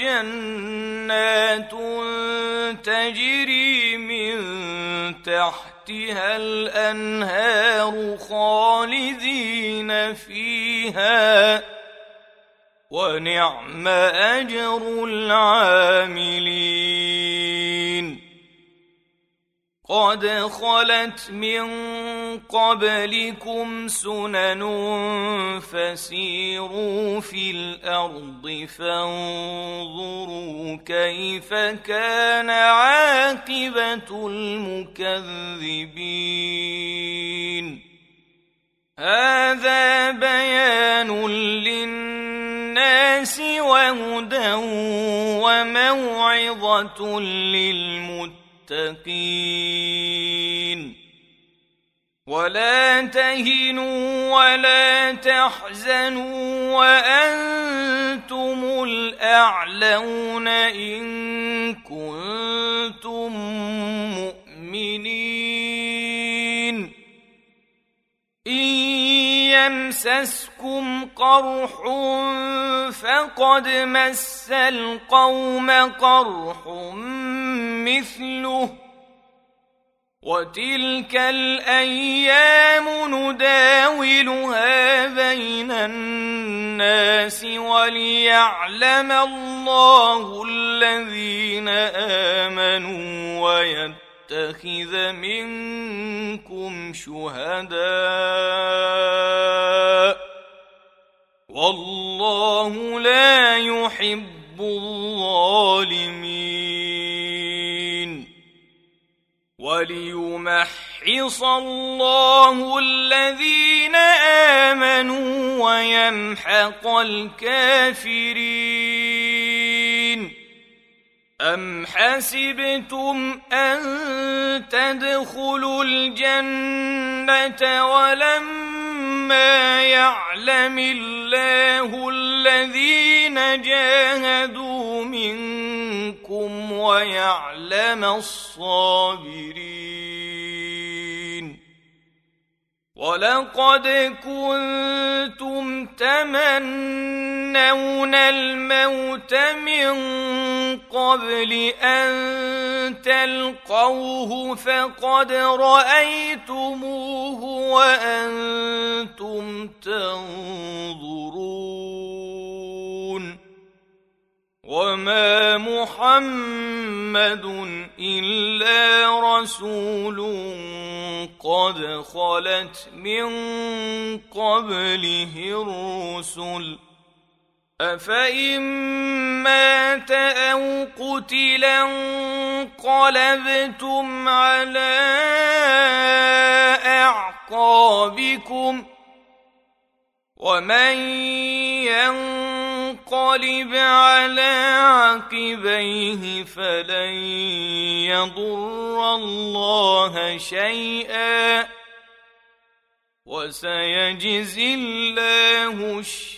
وجنات تجري من تحتها الأنهار خالدين فيها ونعم أجر العاملين قد خلت من قبلكم سنن فسيروا في الأرض فانظروا كيف كان عاقبة المكذبين هذا بيان للناس الناس وهدى وموعظة للمتقين ولا تهنوا ولا تحزنوا وأنتم الأعلون إن كنتم مؤمنين إن يمسسكم قرح فقد مس القوم قرح مثله وتلك الأيام نداولها بين الناس وليعلم الله الذين آمنوا ويتخذ منكم شهداء والله لا يحب الظالمين وليمحص الله الذين آمنوا ويمحق الكافرين أم حسبتم أن تدخلوا الجنة ولما يعلم الله الذين جاهدوا منكم ويعلم الصابرين ولقد كنتم تمنون الموت من قبل أن تلقوه فقد رأيتموه وأنتم تنظرون وما محمد إلا رسول قد خلت من قبله الرسل أفإن مات أو قتلا انقلبتم على أعقابكم ومن ينقلب على عقبيه فلن يضر الله شيئا وسيجزي الله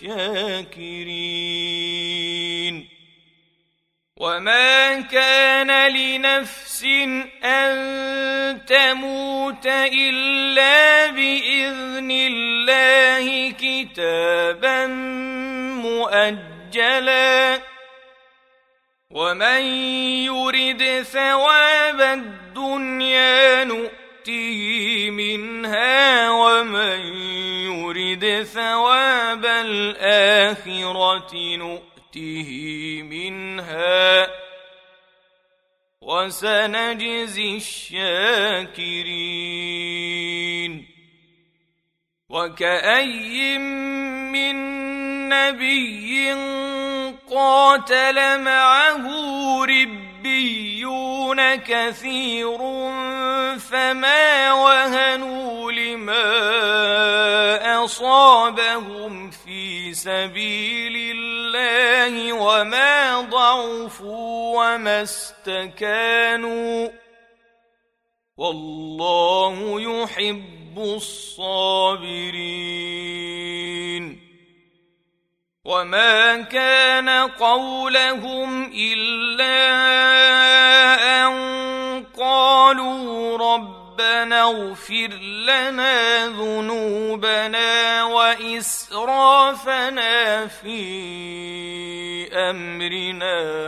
الشاكرين وما كان لنفس أن تموت إلا بإذن الله كتابا مؤجلا ومن يرد ثواب الدنيا نؤته منها ومن يرد ثواب الآخرة نؤته منها وسنجزي الشاكرين وكأي من نبي قاتل معه ربيون كثير فما وهنوا لما أصابهم في سبيل الله وما ضعفوا وما استكانوا والله يحب الصابرين وما كان قولهم إلا أن قالوا ربنا اغفر لنا ذنوبنا وإسرافنا في أمرنا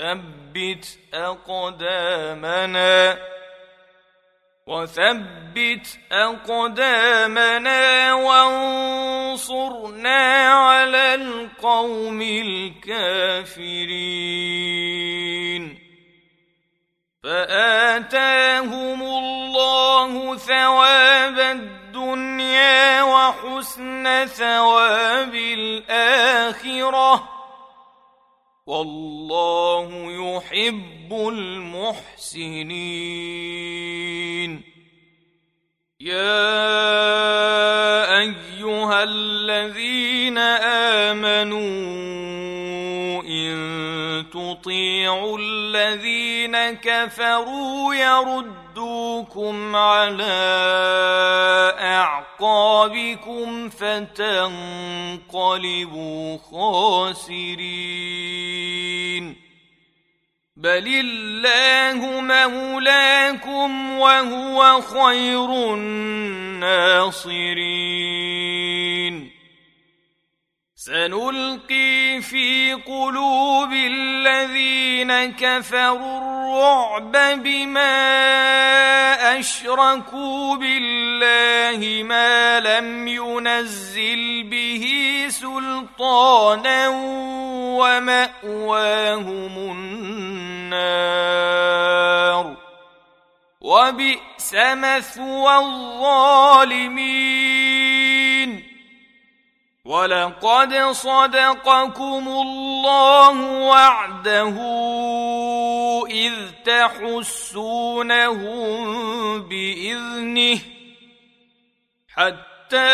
وثبت أقدامنا وانصرنا على القوم الكافرين فآتاهم الله ثواب الدنيا وحسن ثواب الآخرة والله يحب المحسنين يا أيها الذين آمنوا كفروا يردوكم على أعقابكم فتنقلبوا خاسرين بل الله مولاكم وهو خير الناصرين سنلقي في قلوب الذين كفروا الرعب بما أشركوا بالله ما لم ينزل به سلطانا ومأواهم النار وبئس مثوى الظالمين ولقد صدقكم الله وعده إذ تحسونهم بإذنه حتى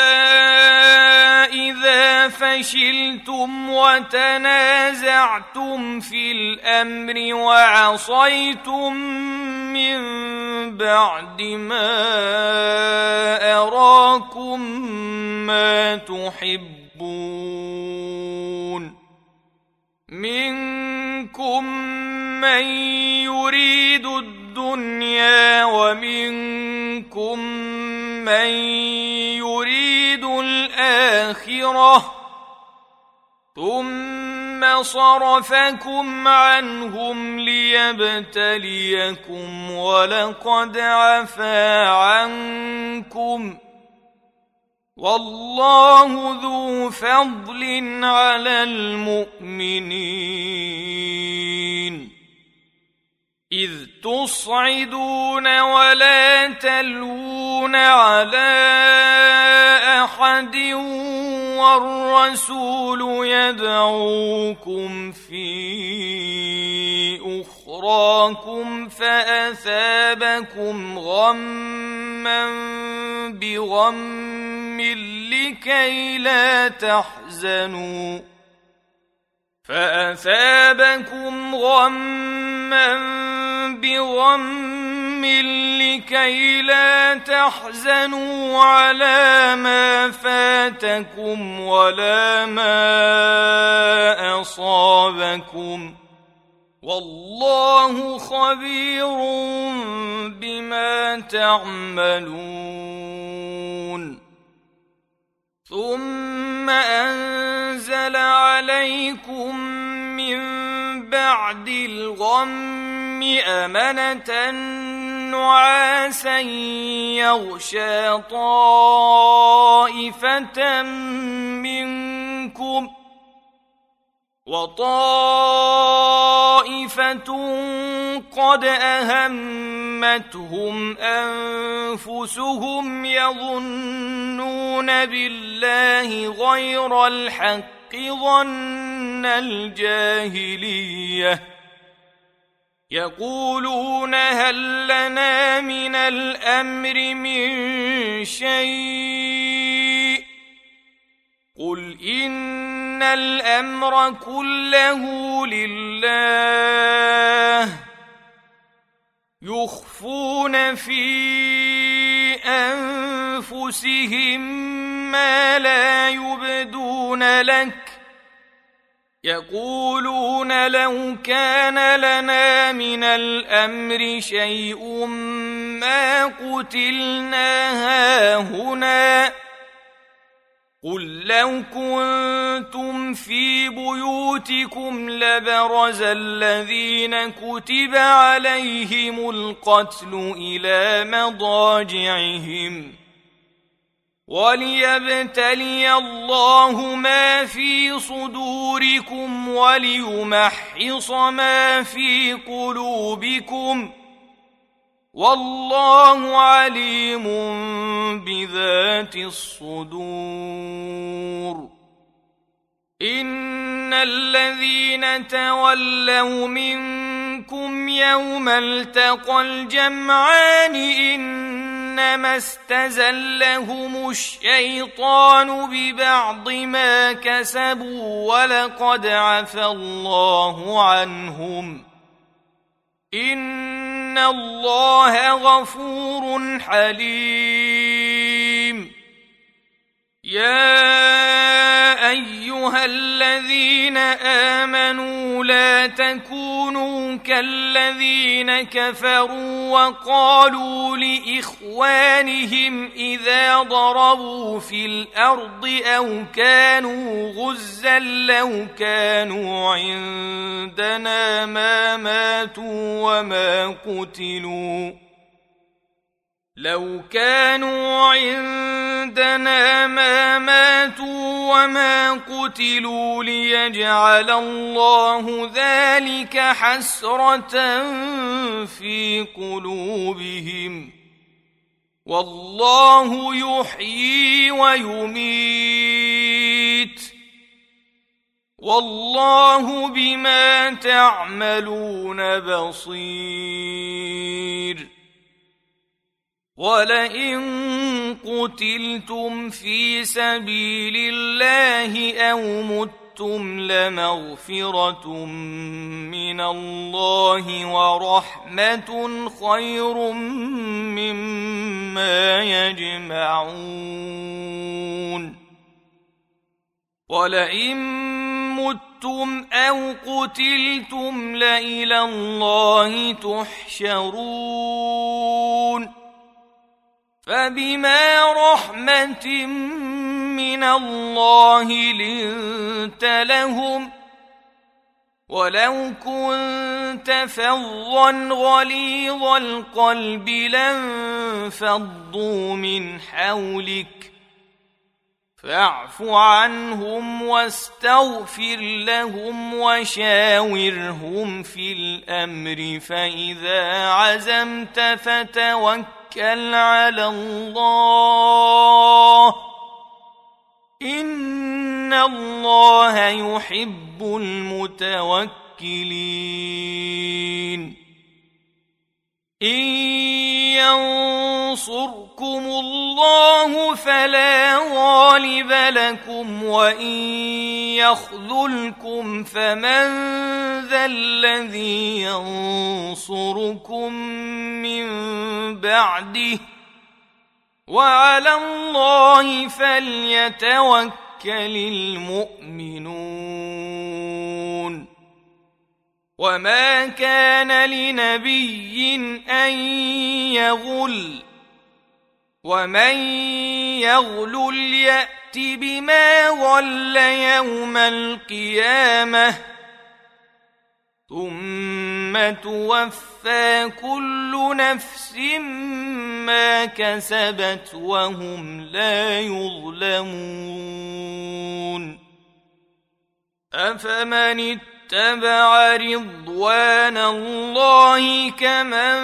إذا فشلتم وتنازعتم في الأمر وعصيتم من بعد ما أراكم ما تحبون منكم من يريد الدنيا ومنكم من يريد الآخرة ثم صرفكم عنهم ليبتليكم ولقد عفا عنكم والله ذو فضل على المؤمنين إذ تصعدون ولا تلوون على أحد والرسول يدعوكم في أخراكم فأثابكم غما بغم لكي لا تحزنوا فأثابكم غما بغم لكي لا تحزنوا على ما فاتكم ولا ما أصابكم والله خبير بما تعملون ثم أنزل عليكم من بعد الغم أمنة نعاسا يغشى طائفة منكم وطائفة قد أهمتهم أنفسهم يظنون بالله غير الحق ظن الجاهلية يقولون هل لنا من الأمر من شيء قل إن الأمر كله لله يخفون في أنفسهم ما لا يبدون لك يقولون لو كان لنا من الأمر شيء ما قتلنا هاهنا قل لو كنتم في بيوتكم لبرز الذين كتب عليهم القتل إلى مضاجعهم وليبتلي الله ما في صدوركم وليمحص ما في قلوبكم والله عليم بذات الصدور إن الذين تولوا منكم يوم التقى الجمعان إنما استزلهم الشيطان ببعض ما كسبوا ولقد عفى الله عنهم إن الله غفور حليم. يا أيها الذين آمنوا لا تكونوا كالذين كفروا وقالوا لإخوانهم إذا ضربوا في الأرض أو كانوا غزا لو كانوا عندنا ما ماتوا وما قتلوا ليجعل الله ذلك حسرة في قلوبهم، والله يحيي ويميت، والله بما تعملون بصير. ولئن قتلتم في سبيل الله أو متم لمغفرة من الله ورحمة خير مما يجمعون. ولئن متم أو قتلتم لإلى الله تحشرون. فبما رحمة من الله لنت لهم، ولو كنت فظا غليظ القلب لانفضوا من حولك، فاعف عنهم واستغفر لهم وشاورهم في الأمر، فإذا عزمت فتوكل على الله، إن الله يحب المتوكلين. إن ينصركم الله فلا غالب لكم، وإن يخذلكم فمن ذا الذي ينصركم من بعده، وعلى الله فليتوكل المؤمنون. وما كان لنبي أن يغل، ومن يغل يأت بما غل يوم القيامة، ثم توفى كل نفس ما كسبت وهم لا يظلمون. أفمن اتبع رضوان الله كمن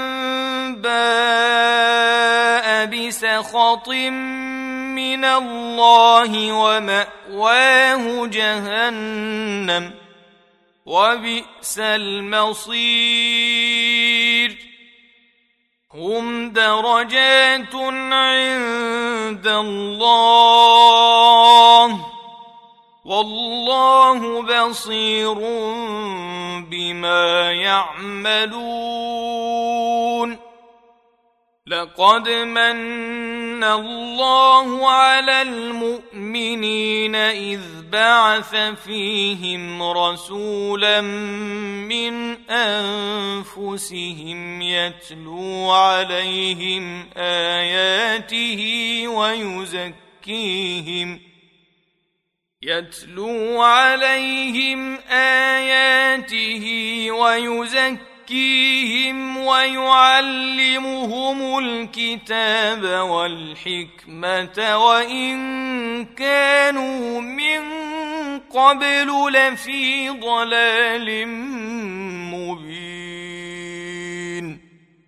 باء بسخط من الله ومأواه جهنم وبئس المصير. هم درجات عند الله، والله بصير بما يعملون. لقد من الله على المؤمنين إذ بعث فيهم رسولا من أنفسهم يتلو عليهم آياته ويزكيهم ويعلمهم الكتاب والحكمة وإن كانوا من قبل لفي ضلال مبين.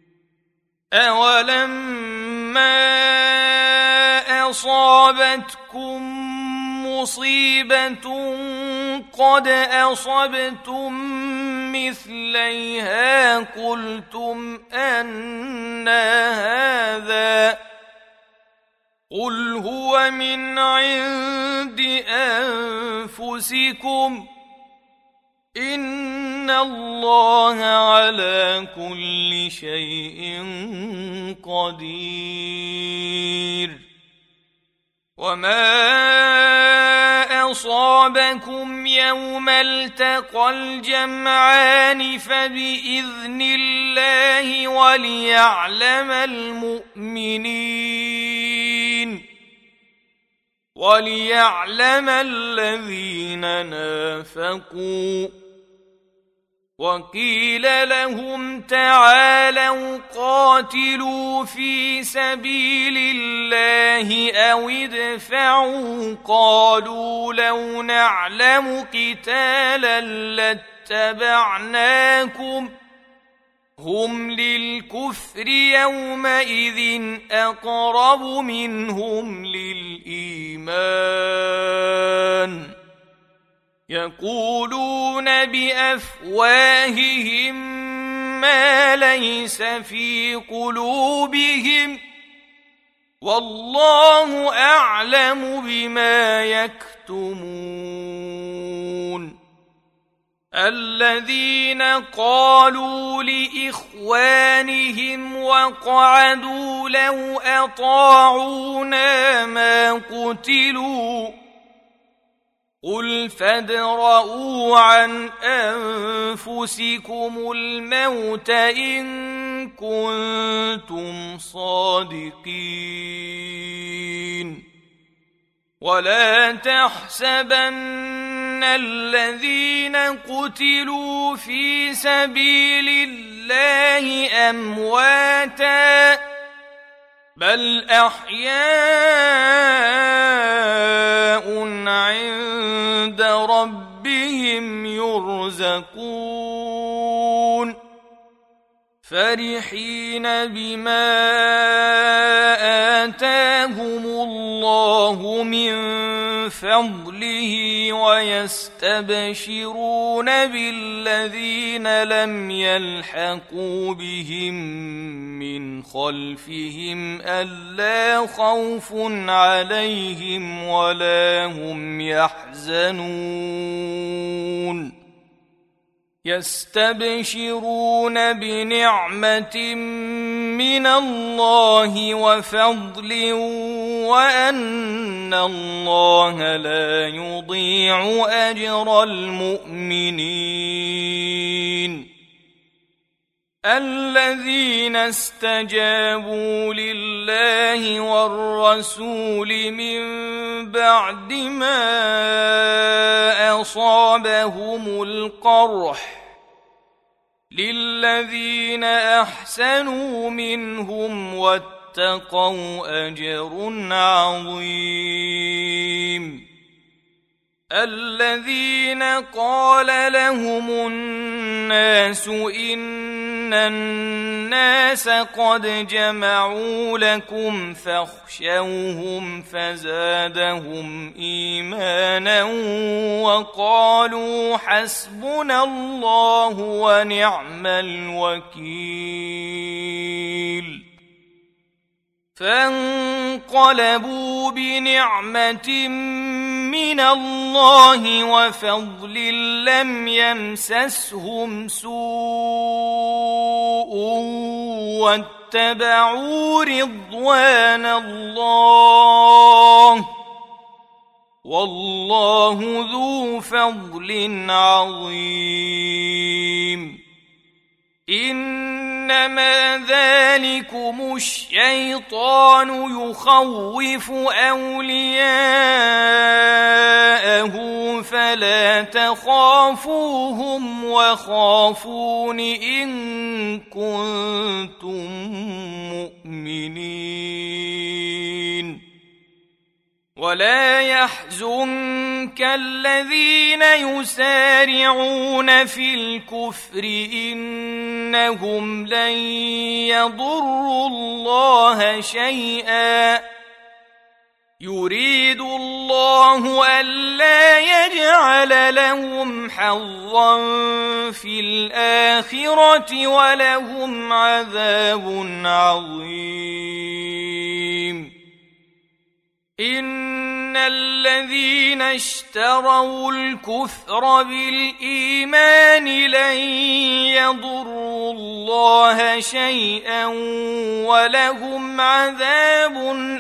أولما أصابتكم مصيبة قد أصبتم مثليها قلتم أنى هذا، قل هو من عند أنفسكم، إن الله على كل شيء قدير وما أصابكم يوم التقى الجمعان فبإذن الله وليعلم الذين نافقوا وقيل لهم تعالوا قاتلوا في سبيل الله أو ادفعوا قالوا لو نعلم قتالا لاتبعناكم هم للكفر يومئذ أقرب منهم للإيمان يقولون بأفواههم ما ليس في قلوبهم والله أعلم بما يكتمون الذين قالوا لإخوانهم وقعدوا لو أطاعونا ما قتلوا قل فادرءوا عن أنفسكم الموت إن كنتم صادقين ولا تحسبن الذين قتلوا في سبيل الله أمواتا بل أحياء عند ربهم يرزقون فرحين بما آتاهم الله من فضله ويستبشرون بالذين لم يلحقوا بهم من خلفهم ألا خوف عليهم ولا هم يحزنون يستبشرون بنعمة من الله وفضل وأن الله لا يضيع أجر المؤمنين الذين استجابوا لله والرسول من بعد ما أصابهم القرح للذين أحسنوا منهم واتقوا أجر عظيم الذين قال لهم الناس إن الناس قد جمعوا لكم فاخشوهم فزادهم إيمانا وقالوا حسبنا الله ونعم الوكيل فانقلبوا بنعمة من الله وفضل لم يمسسهم سوء واتبعوا رضوان الله والله ذو فضل عظيم إنما ذلكم الشيطان يخوف أولياءه فلا تخافوهم وخافون إن كنتم مؤمنين ولا يحزنك الذين يسارعون في الكفر إنهم لن يضروا الله شيئا يريد الله ألا يجعل لهم حظا في الآخرة ولهم عذاب عظيم إن الذين اشتروا الكفر بالإيمان لن يضروا الله شيئا ولهم عذاب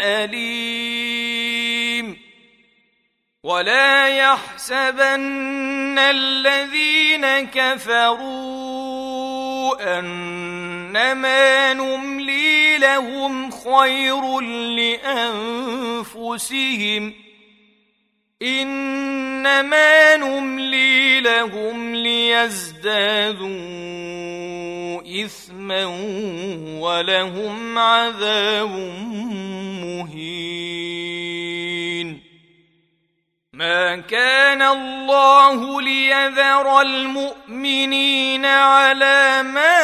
أليم. ولا يحسبن الذين كفروا أنما نملي لهم خير لأنفسهم إنما نملي لهم ليزدادوا إثما ولهم عذاب مهين. ما كان الله ليذر المؤمنين على ما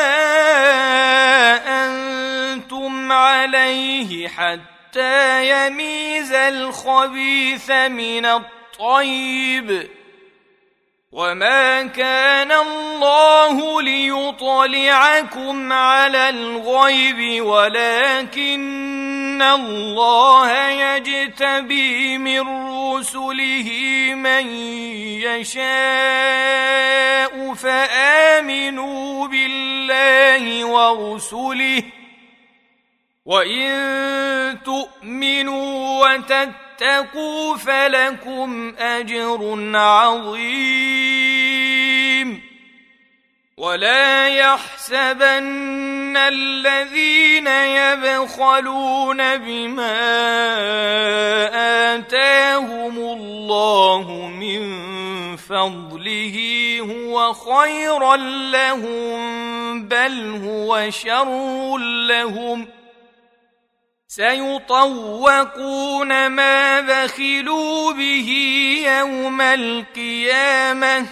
أنتم عليه حتى يميز الخبيث من الطيب، وما كان الله ليطلعكم على الغيب ولكن الله يجتبي من رسله من يشاء فآمنوا بالله ورسله وإن تؤمنوا وتتقوا فلكم أجر عظيم. ولا يحسبن الذين يبخلون بما آتاهم الله من فضله هو خيرا لهم بل هو شر لهم، سيطوقون ما بخلوا به يوم القيامة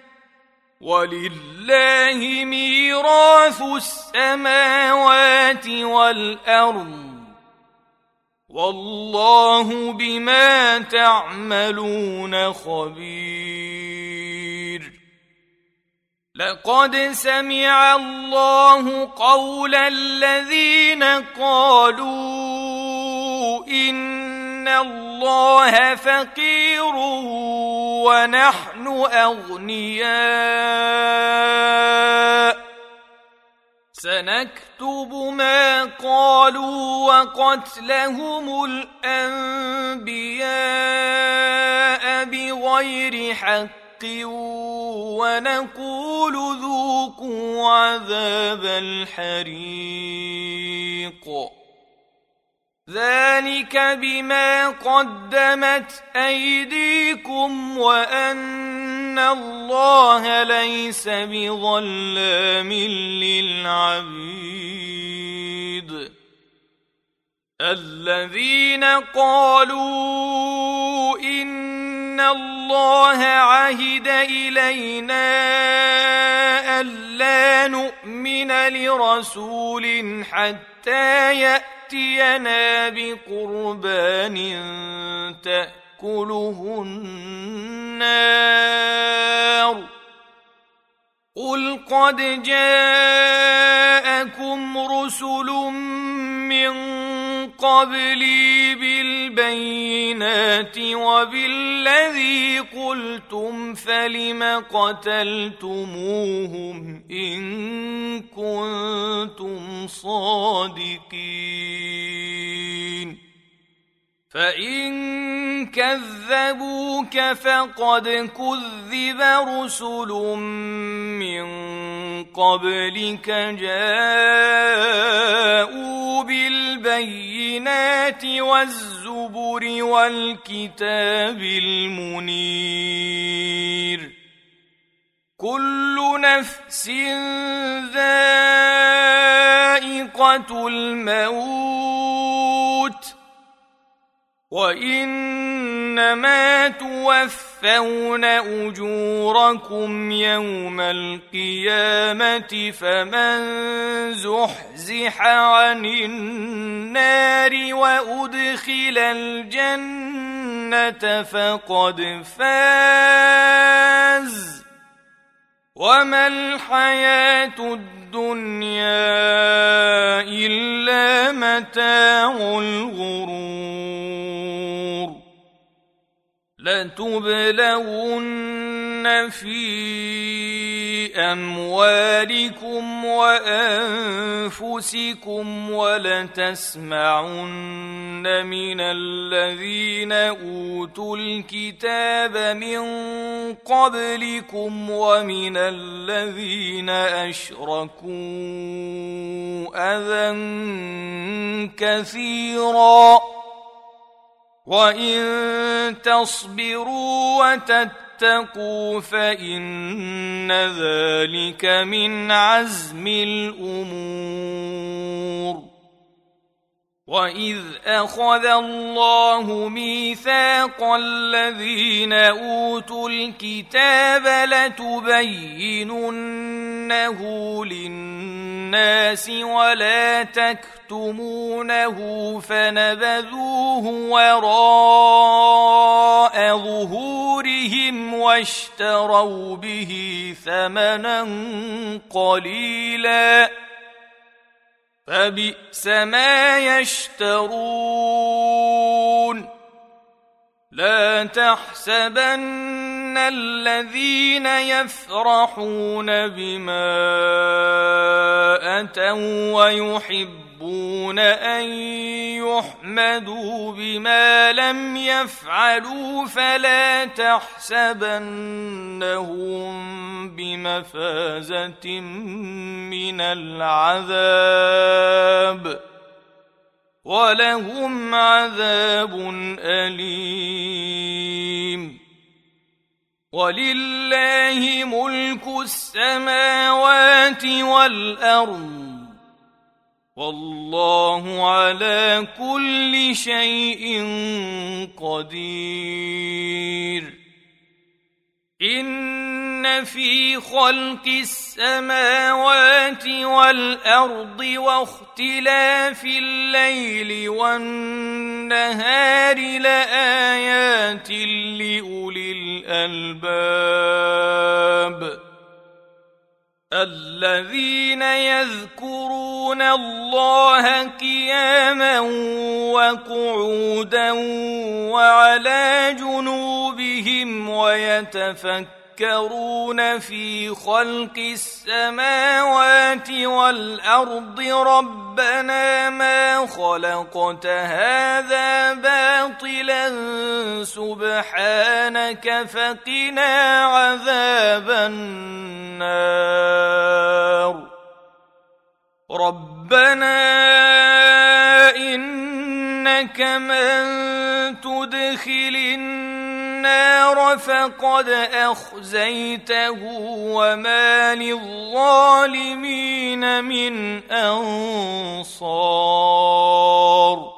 ولله ميراث السماوات والأرض والله بما تعملون خبير. لقد سمع الله قول الذين قالوا إن الله فقير ونحن أغنياء، سنكتب ما قالوا وقتلهم الأنبياء بغير حق ونقول ذوقوا عذاب الحريق، ذلك بما قدمت أيديكم وأن الله ليس بظلام للعبيد. الذين قالوا إن الله عهد إلينا ألا نؤمن لرسول حتى يأتينا بقربان تأكله النار، قل قد جاءكم رسل من قبلي بالبينات وبالذي قلتم فلم قتلتموهم إن كنتم صادقين، فإن كذبوك فقد كذب رسل من قبلك جاءوا بالبينات والزبر والكتاب المنير، كل نفس ذائقة الموت وإنما توفون أجوركم يوم القيامة، فمن زحزح عن النار وأدخل الجنة فقد فاز، وما الحياة الدنيا إلا متاع الغرور. لتبلون في أموالكم وأنفسكم ولتسمعن من الذين أوتوا الكتاب من قبلكم ومن الذين أشركوا أذى كثيرا وإن تصبروا وتتقوا فإن ذلك من عزم الأمور. وإذ أخذ الله ميثاق الذين أوتوا الكتاب لتبيننه للناس ولا تكتمونه فنبذوه وراء ظهورهم واشتروا به ثمنا قليلا فبئس ما يشترون. لا تحسبن الذين يفرحون بما أتوا ويحبون أن يحمدوا بما لم يفعلوا فلا تحسبنهم بمفازة من العذاب ولهم عذاب أليم. ولله ملك السماوات والأرض والله على كل شيء قدير. إن في خلق السماوات والأرض واختلاف الليل والنهار لآيات لأولي الألباب الذين يذكرون الله قياما وقعودا وعلى جنوبهم ويتفكرون في خلق السماوات والأرض ربنا ما خلقت هذا باطلا سبحانك فقنا عذاب النار. ربنا إنك من تدخل النار فقد أخزيته وما للظالمين من أنصار.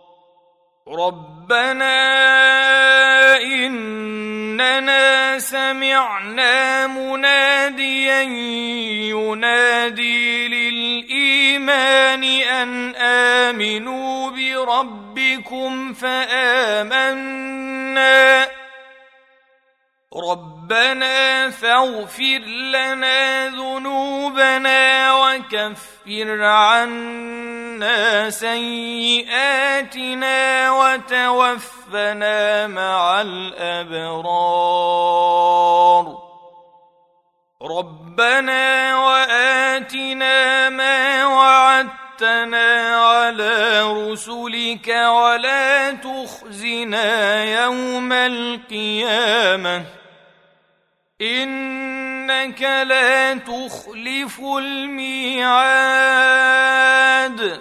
ربنا إننا سمعنا مناديا ينادي للإيمان أن آمنوا بربكم فآمنا. ربنا فاغفر لنا ذنوبنا وكفر عنا سيئاتنا وتوفنا مع الأبرار. ربنا وآتنا ما وعدتنا على رسلك ولا تخزنا يوم القيامة إنك لا تخلف الميعاد.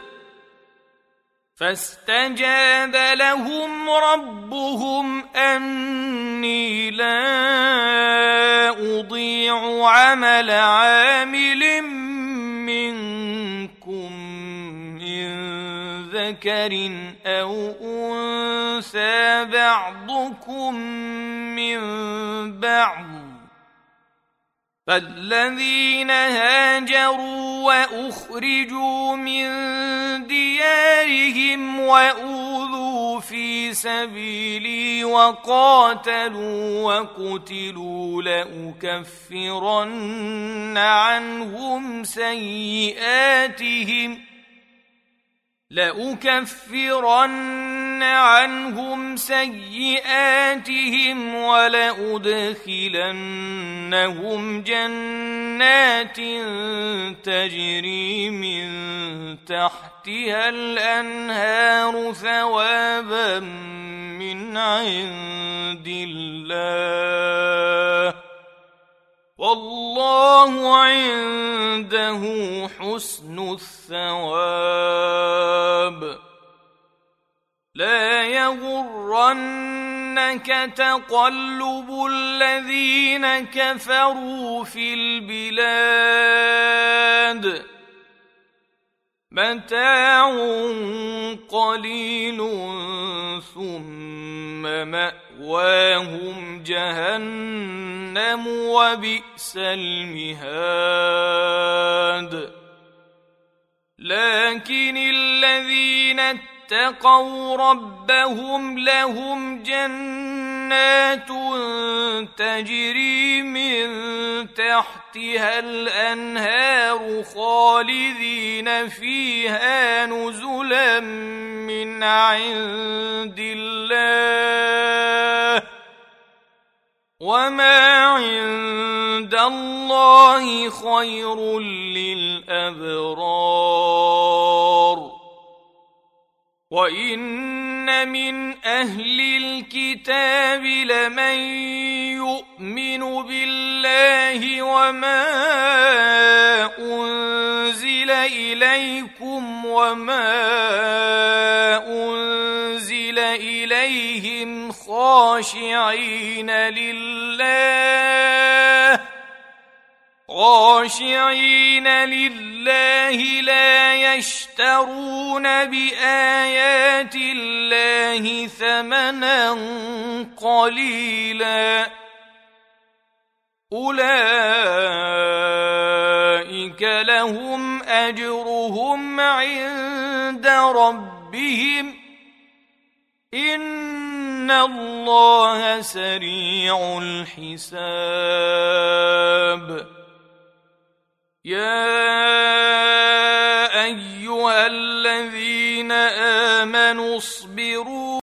فاستجاب لهم ربهم أني لا أضيع عمل عامل منكم من ذكر أو أنثى بعضكم من بعض فالذين هاجروا وأخرجوا من ديارهم وأوذوا في سبيلي وقاتلوا وقتلوا لأكفرن عنهم سيئاتهم ولأدخلنهم جنات تجري من تحتها الأنهار ثوابا من عند الله والله عنده حسن الثواب. لا يغرنك تقلب الذين كفروا في البلاد متاع قليل ثم مأواهم جهنم وبئس المهاد. لكن الذين اتقوا ربهم لهم جنات تجري من تحتها الأنهار خالدين فيها نزلا من عند الله وما عند الله خير للأبرار. وإن من أهل الكتاب لمن يؤمن بالله وما أنزل إليكم وما أنزل إليهم خاشعين لله لا يشترون بآيات الله ثمنا قليلا أولئك لهم أجرهم عند ربهم إن الله سريع الحساب. يا أيها الذين آمنوا اصبروا